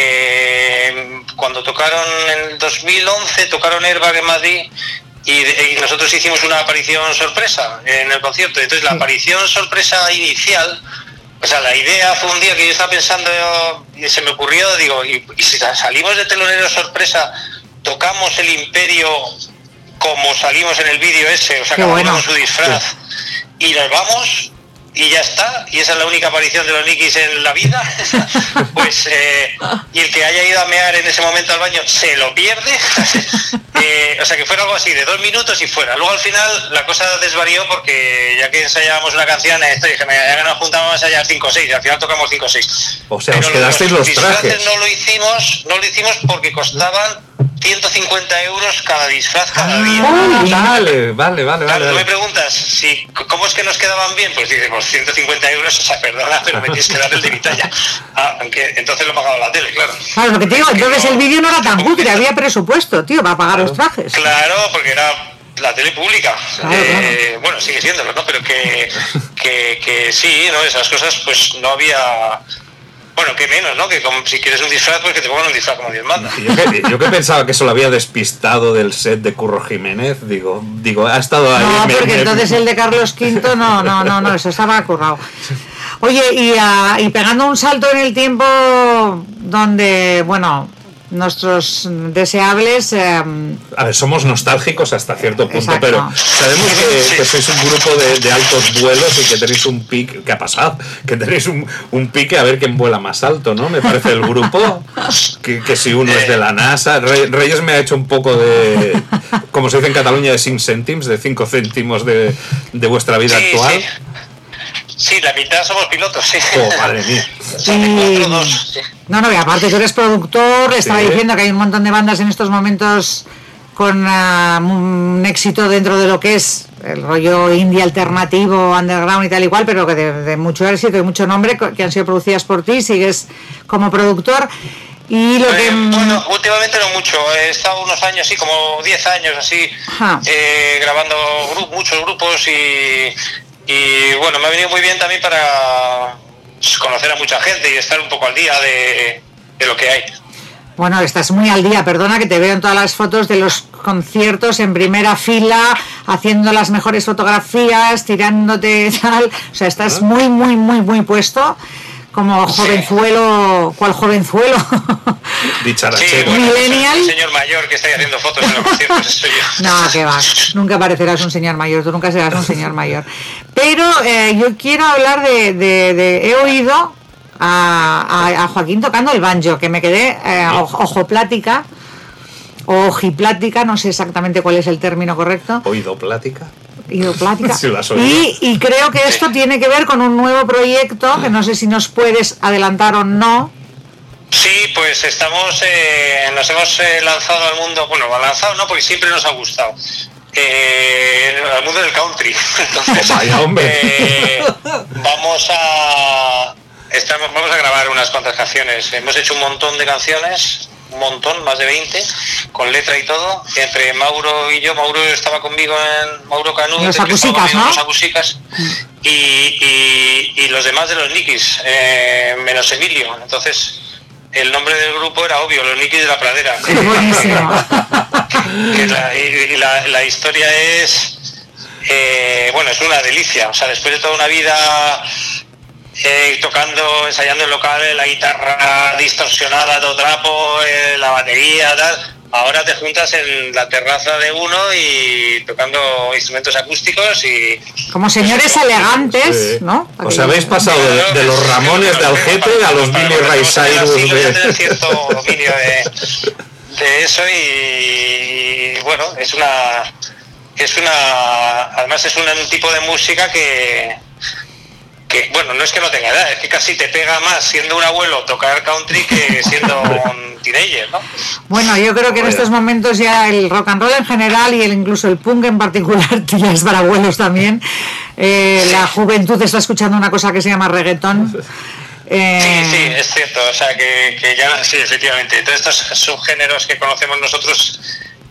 eh, cuando tocaron en el dos mil once, tocaron Airbag en Madrid y, y nosotros hicimos una aparición sorpresa en el concierto. Entonces, la aparición sorpresa inicial, o sea, la idea fue un día que yo estaba pensando y se me ocurrió, digo, y, y si salimos de telonero sorpresa, tocamos el Imperio como salimos en el vídeo ese, o sea, cada uno con su disfraz, sí. y nos vamos y ya está, y esa es la única aparición de los Nikis en la vida, pues eh, y el que haya ido a mear en ese momento al baño se lo pierde, eh, o sea, que fuera algo así de dos minutos y fuera. Luego al final la cosa desvarió porque ya que ensayábamos una canción, esto dije, ya que nos juntábamos a ensayar cinco o seis, y al final tocamos cinco o seis. O sea, os quedasteis los, los trajes. No lo hicimos, no lo hicimos porque costaban ciento cincuenta euros cada disfraz cada ah, día. Vale, vale, vale. Claro, vale. tú me preguntas, si, ¿cómo es que nos quedaban bien? Pues dices, pues ciento cincuenta euros, o sea, perdona, pero me tienes que dar el de mi talla. Ah, aunque entonces lo pagaba la tele, claro. Claro, lo que te digo, entonces no, el vídeo no era tan cutre, había presupuesto, tío, para pagar claro. los trajes. Claro, porque era la tele pública. Claro, eh, claro. Bueno, sigue siéndolo, ¿no? Pero que, que, que sí, ¿no? Esas cosas, pues no había... Bueno, que menos, ¿no? Que como, si quieres un disfraz, pues que te pongan un disfraz como Dios manda. Yo que, yo que pensaba que eso lo había despistado del set de Curro Jiménez, digo, digo, ha estado ahí. No, me, porque me... entonces el de Carlos quinto, no, no, no, no, eso estaba currado. Oye, y, uh, y pegando un salto en el tiempo donde, bueno, nuestros deseables... Eh, a ver, somos nostálgicos hasta cierto punto, exacto. pero sabemos que, que sois un grupo de, de altos vuelos y que tenéis un pique, ¿qué ha pasado? Que tenéis un, un pique a ver quién vuela más alto, ¿no? Me parece el grupo, que, que si uno es de la NASA, Re, Reyes me ha hecho un poco de, como se dice en Cataluña, de cinco céntimos, de cinco céntimos de, de vuestra vida sí, actual. Sí. Sí, la mitad somos pilotos, sí. Oh, madre mía. Y... No, no, y aparte tú eres productor, le estaba sí. diciendo que hay un montón de bandas en estos momentos con uh, un éxito dentro de lo que es el rollo indie alternativo, underground y tal igual, pero que de, de mucho éxito y mucho nombre, que han sido producidas por ti, sigues como productor. Y lo eh, que... Bueno, últimamente no mucho, he estado unos años, sí, como diez años así, eh, grabando gru- muchos grupos y... Y bueno, me ha venido muy bien también para conocer a mucha gente y estar un poco al día de, de lo que hay. Bueno, estás muy al día, perdona que te veo en todas las fotos de los conciertos en primera fila, haciendo las mejores fotografías, tirándote tal, o sea, estás muy, muy, muy, muy puesto, como jovenzuelo, ¿cuál jovenzuelo? Dicharachero. Sí, bueno, millennial. Un señor mayor que está haciendo fotos en los conciertos, soy yo. No, que va, nunca parecerás un señor mayor, tú nunca serás un señor mayor. Pero eh, yo quiero hablar de, de, de he oído a, a, a Joaquín tocando el banjo, que me quedé eh, ojo plática, o ojiplática, no sé exactamente cuál es el término correcto. Oído plática. Plática. Sí, y, y creo que esto tiene que ver con un nuevo proyecto que no sé si nos puedes adelantar o no. Sí, pues estamos, eh, nos hemos eh, lanzado al mundo, bueno, lanzado no, porque siempre nos ha gustado, eh, al mundo del country. Entonces, vaya hombre. Eh, vamos a, estamos, vamos a grabar unas cuantas canciones. Hemos hecho un montón de canciones un montón, más de veinte, con letra y todo, entre Mauro y yo. Mauro estaba conmigo en Mauro Canut, los acusicas, ¿no? Los acusicas, y, y, y los demás de los Nikis, eh, menos Emilio. Entonces, el nombre del grupo era obvio, los Nikis de la Pradera. Qué buenísimo. Que la, y, y la, la historia es, eh, bueno, es una delicia. O sea, después de toda una vida eh, tocando, ensayando en locales, la guitarra distorsionada, todo trapo, eh, la batería, tal, ahora te juntas en la terraza de uno y tocando instrumentos acústicos y... Como señores pues, elegantes, sí, ¿no? Os habéis pasado de, de los Ramones de Algete a los Billy Ray Cyrus de... tener cierto dominio de, de eso y, bueno, es una... es una... además es un, un tipo de música que... que, bueno, no es que no tenga edad, es que casi te pega más siendo un abuelo tocar country que siendo un teenager, ¿no? Bueno, yo creo que en estos momentos ya el rock and roll en general y el, incluso el punk en particular ya es para abuelos también. Eh, sí. La juventud está escuchando una cosa que se llama reggaetón. Eh... Sí, sí, es cierto, o sea que, que ya, sí, efectivamente, todos estos subgéneros que conocemos nosotros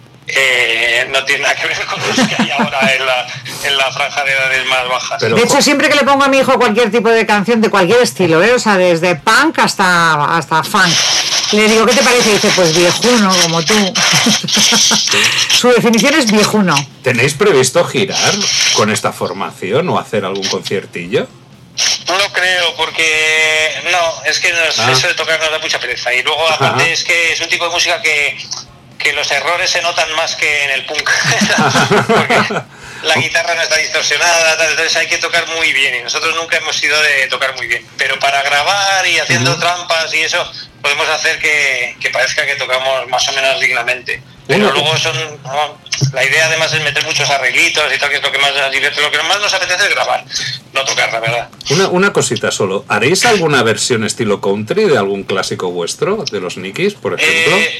Eh, no tiene nada que ver con los que hay ahora en la, en la franja de edades más bajas. De hecho, siempre que le pongo a mi hijo cualquier tipo de canción de cualquier estilo, ¿eh? O sea, desde punk hasta, hasta funk, le digo, ¿qué te parece? Y dice, pues viejuno, como tú. Su definición es viejuno. ¿Tenéis previsto girar con esta formación o hacer algún conciertillo? No creo, porque no, es que nos, ah. eso de tocar nos da mucha pereza. Y luego, aparte, Ajá. es que es un tipo de música que... que los errores se notan más que en el punk porque la guitarra no está distorsionada, tal, entonces hay que tocar muy bien y nosotros nunca hemos sido de tocar muy bien, pero para grabar y haciendo uh-huh. trampas y eso podemos hacer que, que parezca que tocamos más o menos dignamente, pero uh-huh. luego son no, la idea además es meter muchos arreglitos y tal, que es lo que más nos divierte, lo que más nos apetece es grabar, no tocar, la verdad. Una, una cosita solo, ¿haréis alguna versión estilo country de algún clásico vuestro, de los Nikis, por ejemplo? Eh,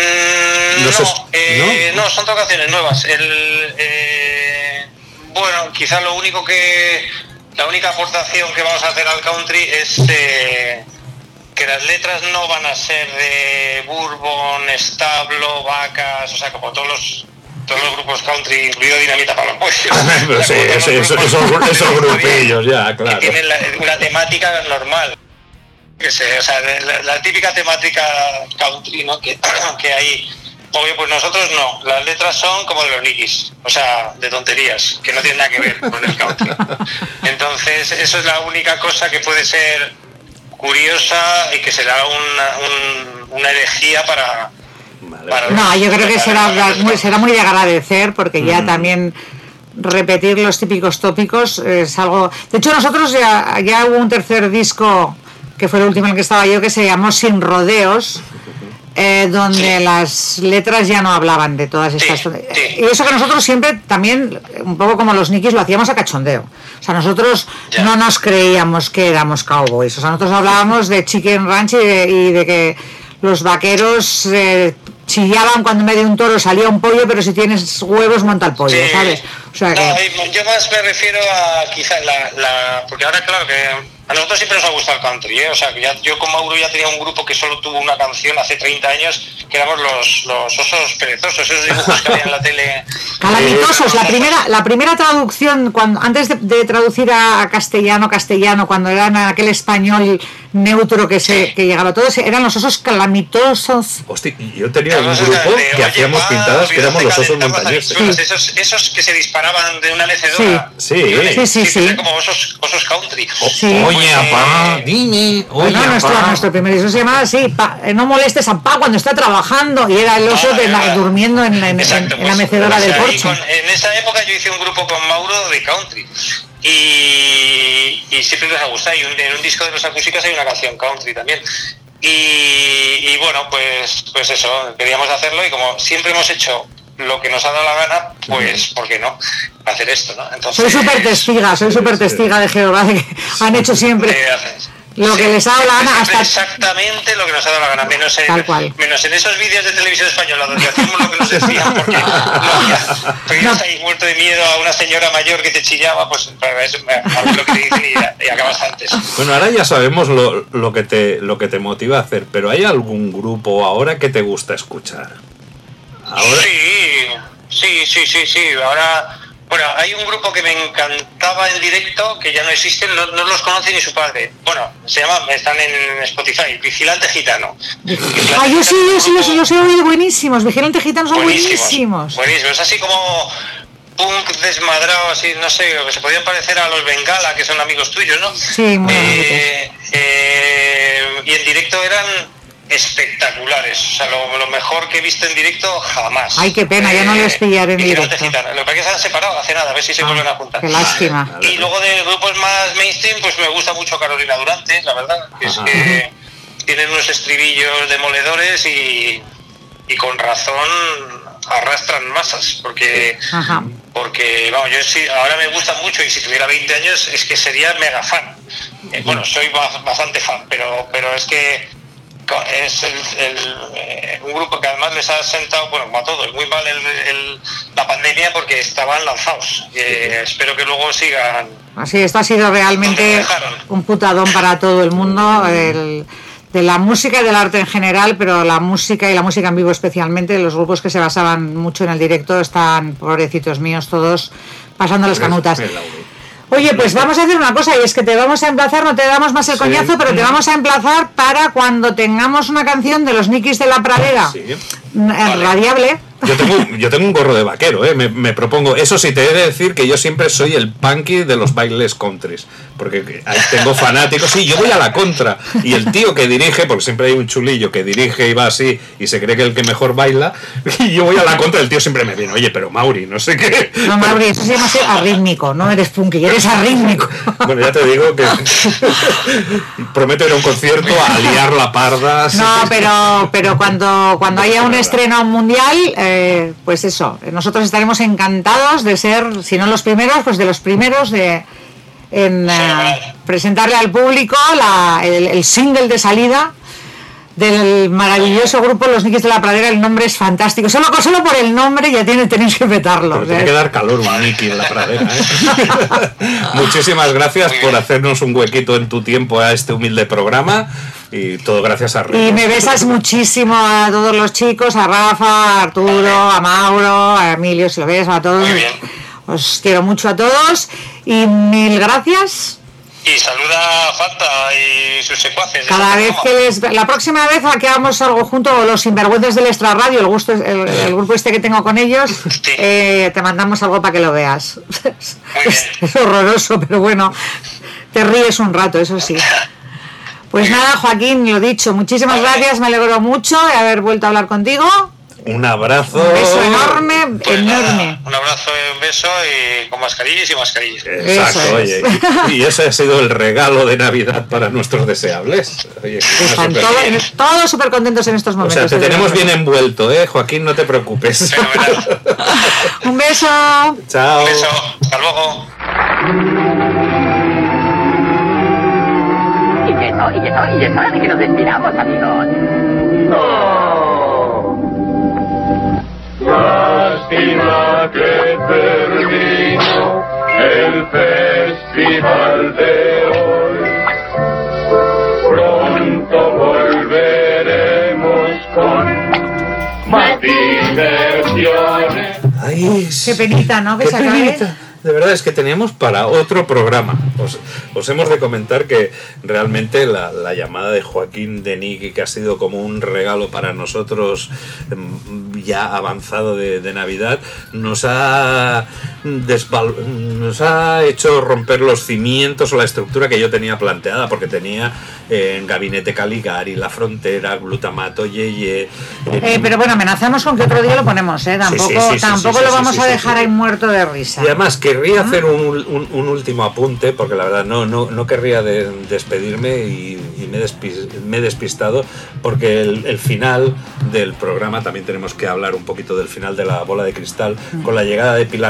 mm, no, es, eh, ¿no? no, son tocaciones nuevas. El, eh, bueno, quizás lo único que, la única aportación que vamos a hacer al country es eh, que las letras no van a ser de bourbon, establo, vacas, o sea, como todos los todos los grupos country, incluido Dinamita para los Pollos. Pero sí, esos, esos, esos, esos grupillos, ya, claro. Que tienen la, una temática normal. Que se, o sea, la, la típica temática country, ¿no? Que, que hay. Obvio, pues nosotros no. Las letras son como de los Nikis, o sea, de tonterías, que no tienen nada que ver con el country. Entonces, eso es la única cosa que puede ser curiosa y que será una, un, una herejía para... Vale. para no, yo creo que será muy, será muy de agradecer, porque ya mm. también repetir los típicos tópicos es algo... De hecho, nosotros ya, ya hubo un tercer disco, que fue el último en el que estaba yo, que se llamó Sin Rodeos, eh, donde sí. las letras ya no hablaban de todas estas... Sí, sí. Y eso que nosotros siempre también, un poco como los Nikis, lo hacíamos a cachondeo. O sea, nosotros ya. no nos creíamos que éramos cowboys. O sea, nosotros hablábamos de Chicken Ranch y de, y de que los vaqueros... Eh, chillaban cuando en medio de un toro salía un pollo, pero si tienes huevos monta el pollo, sí. ¿sabes? O sea, no, que... yo más me refiero a quizás la, la... Porque ahora, claro, que a nosotros siempre nos ha gustado el country, ¿eh? O sea, que ya, yo con Mauro ya tenía un grupo que solo tuvo una canción hace treinta años, que éramos los, los osos perezosos, esos dibujos que había en la tele. Calamitosos, la primera, la primera traducción, cuando antes de, de traducir a castellano, castellano, cuando eran aquel español neutro que se que llegaba a todos, eran los osos calamitosos. Hostia, yo tenía un grupo de, que hacíamos va, pintadas que éramos los osos montañeses. Sí. Esos, esos que se disparaban de una mecedora. Sí, sí, sí, sí, sí. Como osos, osos country. O, sí. Oye, apá, dime, oye, no, nuestro, nuestro primer disco se llamaba así, pa, no molestes a papá cuando está trabajando, y era el oso ah, de la, durmiendo en, en, Exacto, en, en la mecedora pues, del porche. Con, en esa época yo hice un grupo con Mauro de country. Y, y siempre les ha gustado, y un, en un disco de los acúsicos hay una canción country también y, y bueno, pues pues eso, queríamos hacerlo y como siempre hemos hecho lo que nos ha dado la gana, pues ¿por qué no hacer esto, no? Entonces, soy súper testiga, soy súper testiga de Jehová, de que han hecho siempre Lo que les ha dado la gana hasta... Exactamente lo que nos ha dado la gana, menos en, Tal cual. menos en esos vídeos de televisión española donde hacíamos lo que nos decían, porque no tenías ahí muerto de miedo a una señora mayor que te chillaba, pues eso, a ver lo que te dicen y, y acabas antes. Bueno, ahora ya sabemos lo, lo, que te, lo que te motiva a hacer, pero ¿hay algún grupo ahora que te gusta escuchar? ¿Ahora? Sí, sí, sí, sí, sí, ahora... Bueno, hay un grupo que me encantaba en directo, que ya no existen, no, no los conoce ni su padre. Bueno, se llama, están en Spotify, Vigilante Gitano. Vigilante ah, yo sí, yo sí, grupo... los he oído buenísimos, Vigilante Gitano son buenísimos. Buenísimos, buenísimos. Es así como punk desmadrado, así, no sé, que se podían parecer a los Bengala, que son amigos tuyos, ¿no? Sí, muy eh, eh, Y en directo eran... espectaculares, o sea, lo, lo mejor que he visto en directo jamás. Ay, qué pena, eh, ya no les pillaré en directo. Lo que pasa es que se han separado hace nada, a ver si se ah, vuelven a juntar. Qué lástima. Vale. Y luego de grupos más mainstream, pues me gusta mucho Carolina Durante, la verdad, que es que tienen unos estribillos demoledores y, y con razón arrastran masas, porque Ajá. porque vamos, yo sí, ahora me gusta mucho y si tuviera veinte años es que sería mega fan. Eh, bueno, soy bastante fan, pero pero es que es el, el, eh, un grupo que además les ha sentado, bueno, como a todos, muy mal el, el, la pandemia porque estaban lanzados. Eh, espero que luego sigan. Así, esto ha sido realmente un putadón para todo el mundo, el, de la música y del arte en general, pero la música y la música en vivo especialmente, los grupos que se basaban mucho en el directo están, pobrecitos míos, todos pasando las canutas. Oye, pues vamos a hacer una cosa, y es que te vamos a emplazar, no te damos más el coñazo, sí. pero te vamos a emplazar para cuando tengamos una canción de los Nikis de la Pradera, sí. vale. radiable. Yo tengo, yo tengo un gorro de vaquero, ¿eh? me, me propongo. Eso sí, te he de decir que yo siempre soy el punky de los bailes countries, porque ahí tengo fanáticos. Sí, yo voy a la contra. Y el tío que dirige, porque siempre hay un chulillo que dirige y va así y se cree que el que mejor baila, y yo voy a la contra, el tío siempre me viene, oye, pero Mauri, no sé qué. No, Mauri, eso se llama ser arrítmico, no eres punky, eres arrítmico. Bueno, ya te digo que prometo ir a un concierto a liar la parda. No, pero, pero cuando, cuando haya un estreno mundial... Eh, pues eso, nosotros estaremos encantados de ser, si no los primeros, pues de los primeros de en uh, presentarle al público la, el, el single de salida del maravilloso grupo Los Nikis de la Pradera. El nombre es fantástico, solo, solo por el nombre ya tiene, tenéis que petarlo. Pero tiene que dar calor un Niki en la Pradera, ¿eh? Muchísimas gracias por hacernos un huequito en tu tiempo a este humilde programa. Y todo gracias a Rico. Y me besas muchísimo a todos los chicos, a Rafa, a Arturo, a Mauro, a Emilio, si lo ves, a todos. Os quiero mucho a todos y mil gracias. Y saluda a Fanta y sus secuaces. Cada vez que les... La próxima vez a que hagamos algo junto, los sinvergüenzas del Extra Radio, el, gusto, el, el grupo este que tengo con ellos, sí. eh, te mandamos algo para que lo veas. Es, es horroroso, pero bueno, te ríes un rato, eso sí. Pues nada, Joaquín, lo dicho, muchísimas vale. gracias, me alegro mucho de haber vuelto a hablar contigo. Un abrazo. Un beso enorme, pues enorme. Nada, un abrazo y un beso y con mascarillas y mascarillas. Exacto, es. oye. Y, y ese ha sido el regalo de Navidad para nuestros deseables. Oye, están todo, todos súper contentos en estos momentos. O sea, te tenemos bien envuelto, ¿eh, Joaquín? No te preocupes. Un beso. Chao. Un beso. Hasta luego. Y eso, y eso, y es hora de que nos despidamos, amigos. ¡No! Lástima que terminó el festival de hoy. Pronto volveremos con más diversiones. Ay, qué penita, ¿no? Que qué se acabe. Penita. De verdad es que teníamos para otro programa. Os, os hemos de comentar que realmente la, la llamada de Joaquín de Niki, que ha sido como un regalo para nosotros ya avanzado de, de Navidad, nos ha desval, nos ha hecho romper los cimientos o la estructura que yo tenía planteada, porque tenía eh, en Gabinete Caligari, La Frontera, Glutamato, Yeye. Eh, pero bueno, amenazamos con que otro día lo ponemos, ¿eh? Tampoco, sí, sí, sí, tampoco sí, sí, lo vamos sí, sí, a dejar sí, sí. ahí muerto de risa. Y además querría hacer un, un, un último apunte, porque la verdad no, no, no querría de, despedirme y, y me, he despis, me he despistado, porque el, el final del programa, también tenemos que hablar un poquito del final de La Bola de Cristal, mm. con la llegada de Pilar Miró como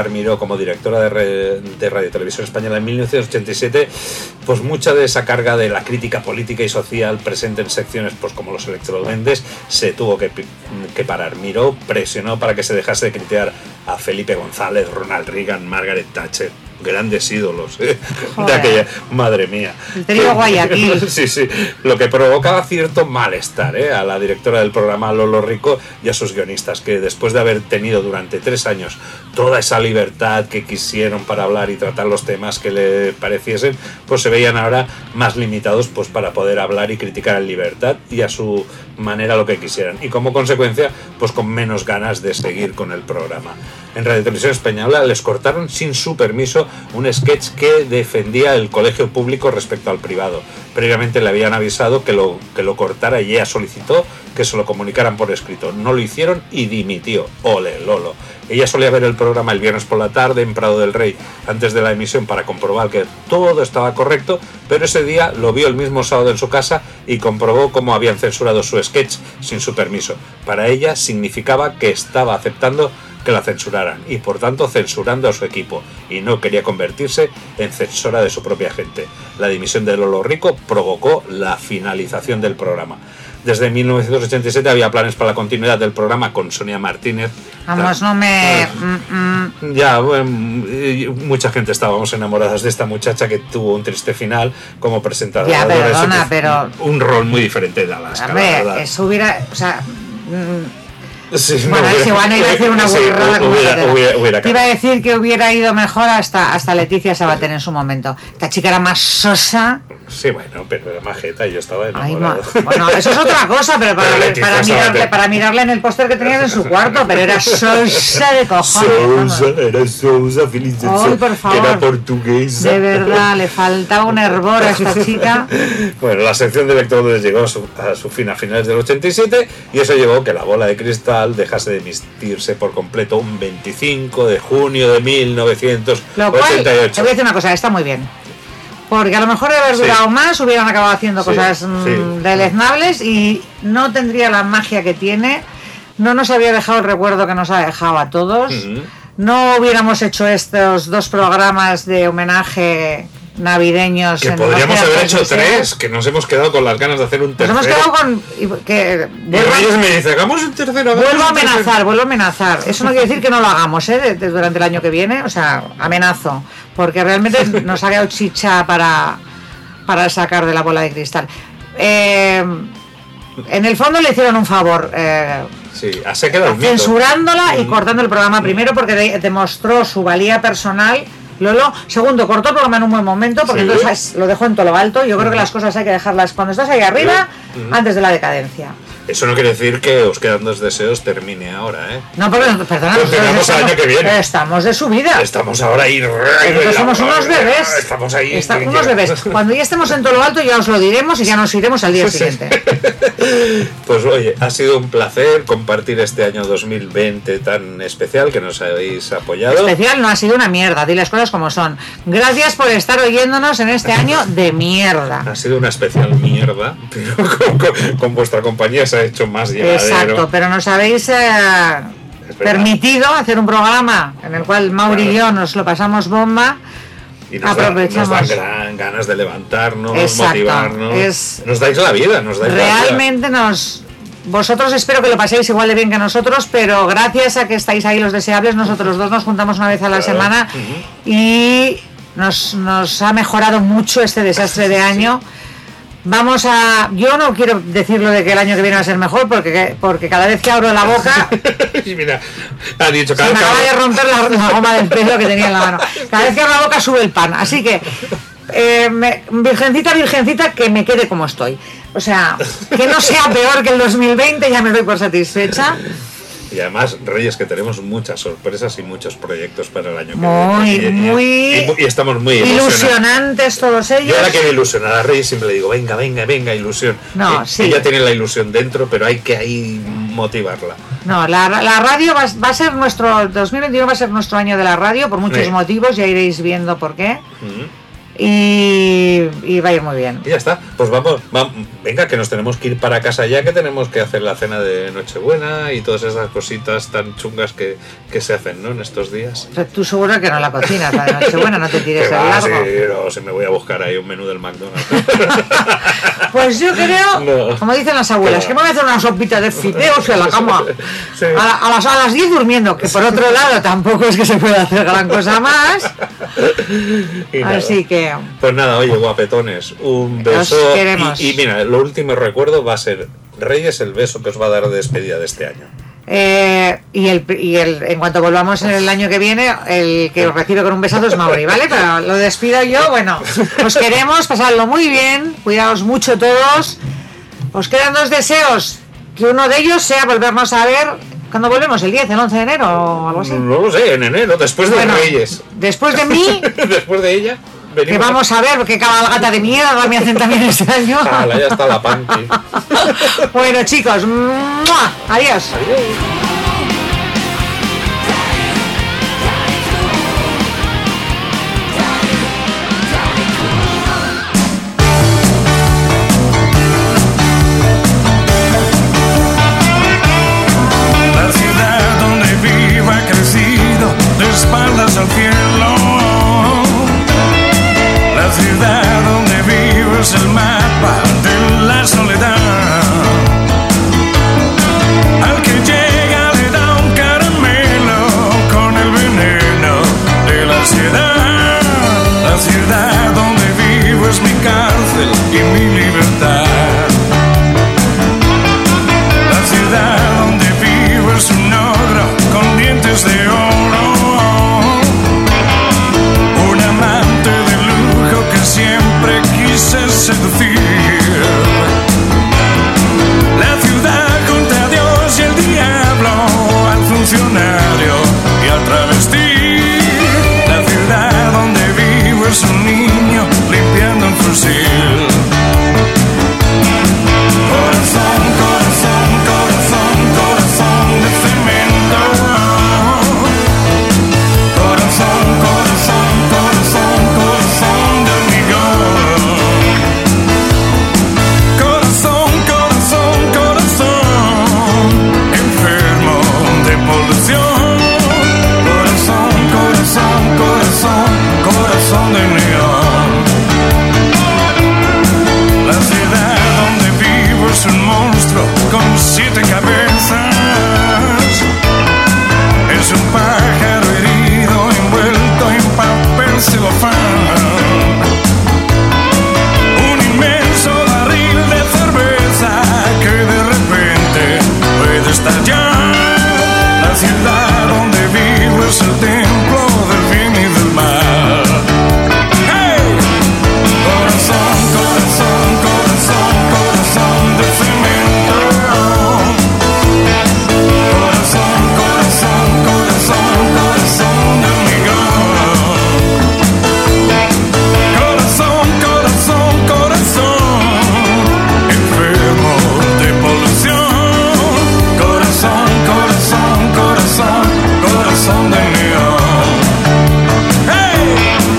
como directora de, re, de Radio Televisión Española en mil novecientos ochenta y siete, pues mucha de esa carga de la crítica política y social presente en secciones pues como Los Electroduendes se tuvo que, que parar. Miró, presionó para que se dejase de criticar a Felipe González, Ronald Reagan, Margaret Thatcher, grandes ídolos ¿eh? de aquella, madre mía. El trío Guayaquil. Sí, sí, lo que provocaba cierto malestar ¿eh? a la directora del programa Lolo Rico y a sus guionistas, que después de haber tenido durante tres años toda esa libertad que quisieron para hablar y tratar los temas que le pareciesen, pues se veían ahora más limitados pues para poder hablar y criticar en libertad y a su manera lo que quisieran, y como consecuencia pues con menos ganas de seguir con el programa. En Radio Televisión Española les cortaron sin su permiso un sketch que defendía el colegio público respecto al privado. Previamente le habían avisado que lo, que lo cortara y ella solicitó que se lo comunicaran por escrito. No lo hicieron y dimitió. Ole, Lolo. Ella solía ver el programa el viernes por la tarde en Prado del Rey antes de la emisión para comprobar que todo estaba correcto, pero ese día lo vio el mismo sábado en su casa y comprobó cómo habían censurado su sketch sin su permiso. Para ella significaba que estaba aceptando que la censuraran y por tanto censurando a su equipo, y no quería convertirse en censora de su propia gente. La dimisión de Lolo Rico provocó la finalización del programa. Desde mil novecientos ochenta y siete había planes para la continuidad del programa con Sonia Martínez. Vamos, no me... Mm, mm. Ya, bueno, mucha gente estábamos enamoradas de esta muchacha que tuvo un triste final como presentadora. Ya, perdona, pero... Un rol muy diferente de Alaska, a ver, la verdad. Eso hubiera... O sea... Mm, Sí, bueno, no, es igual, no iba a decir una burrada sí, como hubiera, esta. hubiera, hubiera Te iba a decir que hubiera ido mejor hasta, hasta Leticia Sabater en su momento. Esta chica era más sosa. Sí, bueno, pero era majeta y yo estaba Ay, enamorado. ma... Bueno, eso es otra cosa, pero para, Pero ver, Leticia para, mirarle, Sabater. para mirarle en el póster que tenías en su cuarto, pero era sosa de cojones. Sousa, era Sousa, feliz de Ay, por favor. Era portuguesa. De verdad, le faltaba un hervor a esta chica. Bueno, la sección de Electroduendes llegó a su, a su fin a finales del ochenta y siete y eso llevó a que la bola de cristal dejase de emitirse por completo un veinticinco de junio de mil novecientos ochenta y ocho. Lo cual, te voy a decir una cosa, está muy bien. Porque a lo mejor de haber durado Sí. más hubieran acabado haciendo Sí, cosas mmm, sí. deleznables y no tendría la magia que tiene. No nos había dejado el recuerdo que nos ha dejado a todos. Ujú. No hubiéramos hecho estos dos programas de homenaje navideños. Que en podríamos los haber hecho teatros tres, que nos hemos quedado con las ganas de hacer un Nos tercero. hemos quedado con... y que, Y vuelvo, Reyes me dice, hagamos un tercero. hagamos vuelvo a un tercero". amenazar, vuelvo a amenazar. Eso no quiere decir que no lo hagamos ¿eh? de, de, durante el año que viene. O sea, amenazo. Porque realmente nos ha quedado chicha para, para sacar de la bola de cristal. Eh, en el fondo le hicieron un favor. Eh, Sí, se ha quedado el mito. censurándola y cortando el programa. Primero porque de- demostró su valía personal, Lolo. Segundo, cortó el programa en un buen momento porque Sí. entonces lo dejó en todo lo alto. Yo creo que las cosas hay que dejarlas cuando estás ahí arriba, Sí. antes de la decadencia. Eso no quiere decir que Os quedan dos deseos termine ahora, ¿eh? No, pero perdona, Pues nosotros tenemos el año que viene. estamos de subida. Estamos ahora ahí. Nosotros somos unos bebés. Estamos ahí. Está- unos bebés. Cuando ya estemos en todo lo alto ya os lo diremos y ya nos iremos al día Sí. siguiente. Pues oye, ha sido un placer compartir este año dos mil veinte tan especial que nos habéis apoyado. Especial no ha sido una mierda, di las cosas como son. Gracias por estar oyéndonos en este año de mierda. Ha sido una especial mierda, pero con, con- con vuestra compañía se ha hecho más llevadero. Exacto, pero nos habéis eh, permitido hacer un programa en el cual Mauri Claro. y yo nos lo pasamos bomba. Y nos, da, nos aprovechamos. dan gran ganas de levantarnos, Exacto, motivarnos. es- Nos dais la vida, nos dais la vida. Realmente nos... Vosotros espero que lo paséis igual de bien que nosotros, pero gracias a que estáis ahí los deseables, nosotros dos nos juntamos una vez a la Claro. semana Ujú. y nos, nos ha mejorado mucho este desastre de año. Vamos a... Yo no quiero decirlo de que el año que viene va a ser mejor, porque, porque cada vez que abro la boca... Y mira, ha dicho Se cada me acaba de romper la, la goma del pelo que tenía en la mano. Cada vez que abro la boca sube el pan. Así que, eh, me- virgencita, virgencita, que me quede como estoy. O sea, que no sea peor que el dos mil veinte, ya me doy por satisfecha. Y además, Reyes, que tenemos muchas sorpresas y muchos proyectos para el año que Muy, viene. Y- y- muy y- y estamos muy ilusionados. Ilusionantes todos ellos. Yo ahora quiero ilusionar a Reyes, siempre le digo, venga, venga, venga, ilusión. No, Eh, sí. Ella tiene la ilusión dentro, pero hay que ahí motivarla. No, la, la radio va, va a ser nuestro... dos mil veintiuno va a ser nuestro año de la radio por muchos Sí. motivos, ya iréis viendo por qué. Ujú. y, y va a ir muy bien. Y ya está, pues vamos, vamos, venga, que nos tenemos que ir para casa ya, que tenemos que hacer la cena de Nochebuena y todas esas cositas tan chungas que, que se hacen, ¿no?, en estos días. O sea, tú seguro que no la cocinas, la de Nochebuena, no te tires el largo. Sí, no, si me voy a buscar ahí un menú del McDonald's. Pues yo creo, no. como dicen las abuelas, que me voy a hacer una sopita de fideos en la cama, sí. a, a las a las diez durmiendo, que por otro lado tampoco es que se pueda hacer gran cosa más. Y así nada. que pues nada, oye, guapetones, un beso. Os queremos. Y, y mira, lo último recuerdo va a ser Reyes, el beso que os va a dar de despedida de este año. Eh, y, el, y el, en cuanto volvamos en el año que viene, el que os recibe con un besazo es Mauri, ¿vale? Pero lo despido yo. Bueno, os queremos, pasadlo muy bien, cuidaos mucho todos. Os quedan dos deseos, que uno de ellos sea volvernos a ver cuando volvemos, el diez, el once de enero o algo así. No lo sé, en enero, después de bueno, Reyes. Después de mí, después de ella. Que vamos a ver qué cabalgata de mierda me hacen también este año. Ala, ya está la panty. Bueno, chicos, ¡mua! Adiós. Adiós. La ciudad donde vivo ha crecido de espaldas al cielo. La ciudad donde vivo es el mapa de la soledad. Al que llega le da un caramelo con el veneno de la ansiedad. La ciudad donde vivo es mi cárcel y mi libertad. La ciudad donde vivo es un ogro con dientes de oro. Un amante de lujo que siempre quise seducir. La ciudad contra Dios y el diablo, al funcionario y al travesti. La ciudad donde vivo es un niño limpiando un fusil. Corazón, corazón, corazón, corazón de cemento. Corazón, corazón, corazón, corazón de hormigón. Corazón, corazón, corazón, enfermo de polución. Corazón, corazón, corazón, corazón de neón. La ciudad donde vivo es un monstruo con siete cabezas. Es un pájaro herido envuelto en papel celofán. Un inmenso barril de cerveza que de repente puede estallar. La ciudad donde vivo es el templo del bien y del mal. ¡Hey! Corazón, corazón, corazón, corazón de cemento. Corazón, corazón, corazón, corazón de hormigón. Corazón, corazón, corazón, enfermo de polución. Corazón, corazón, corazón, corazón de neón. ¡Hey!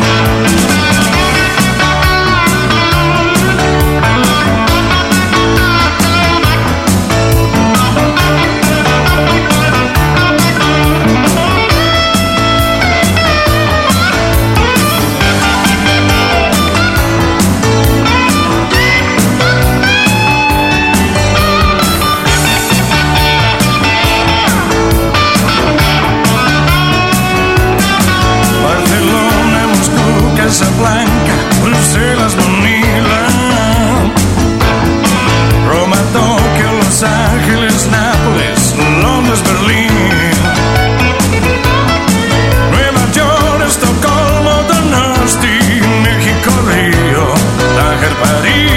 Barcelona, Moscú, Casablanca, Bruselas, Manila, Roma, Tokio, Los Ángeles, Nápoles, Londres, Berlín, Nueva York, Estocolmo, Donosti, México, Río, Tánger, París.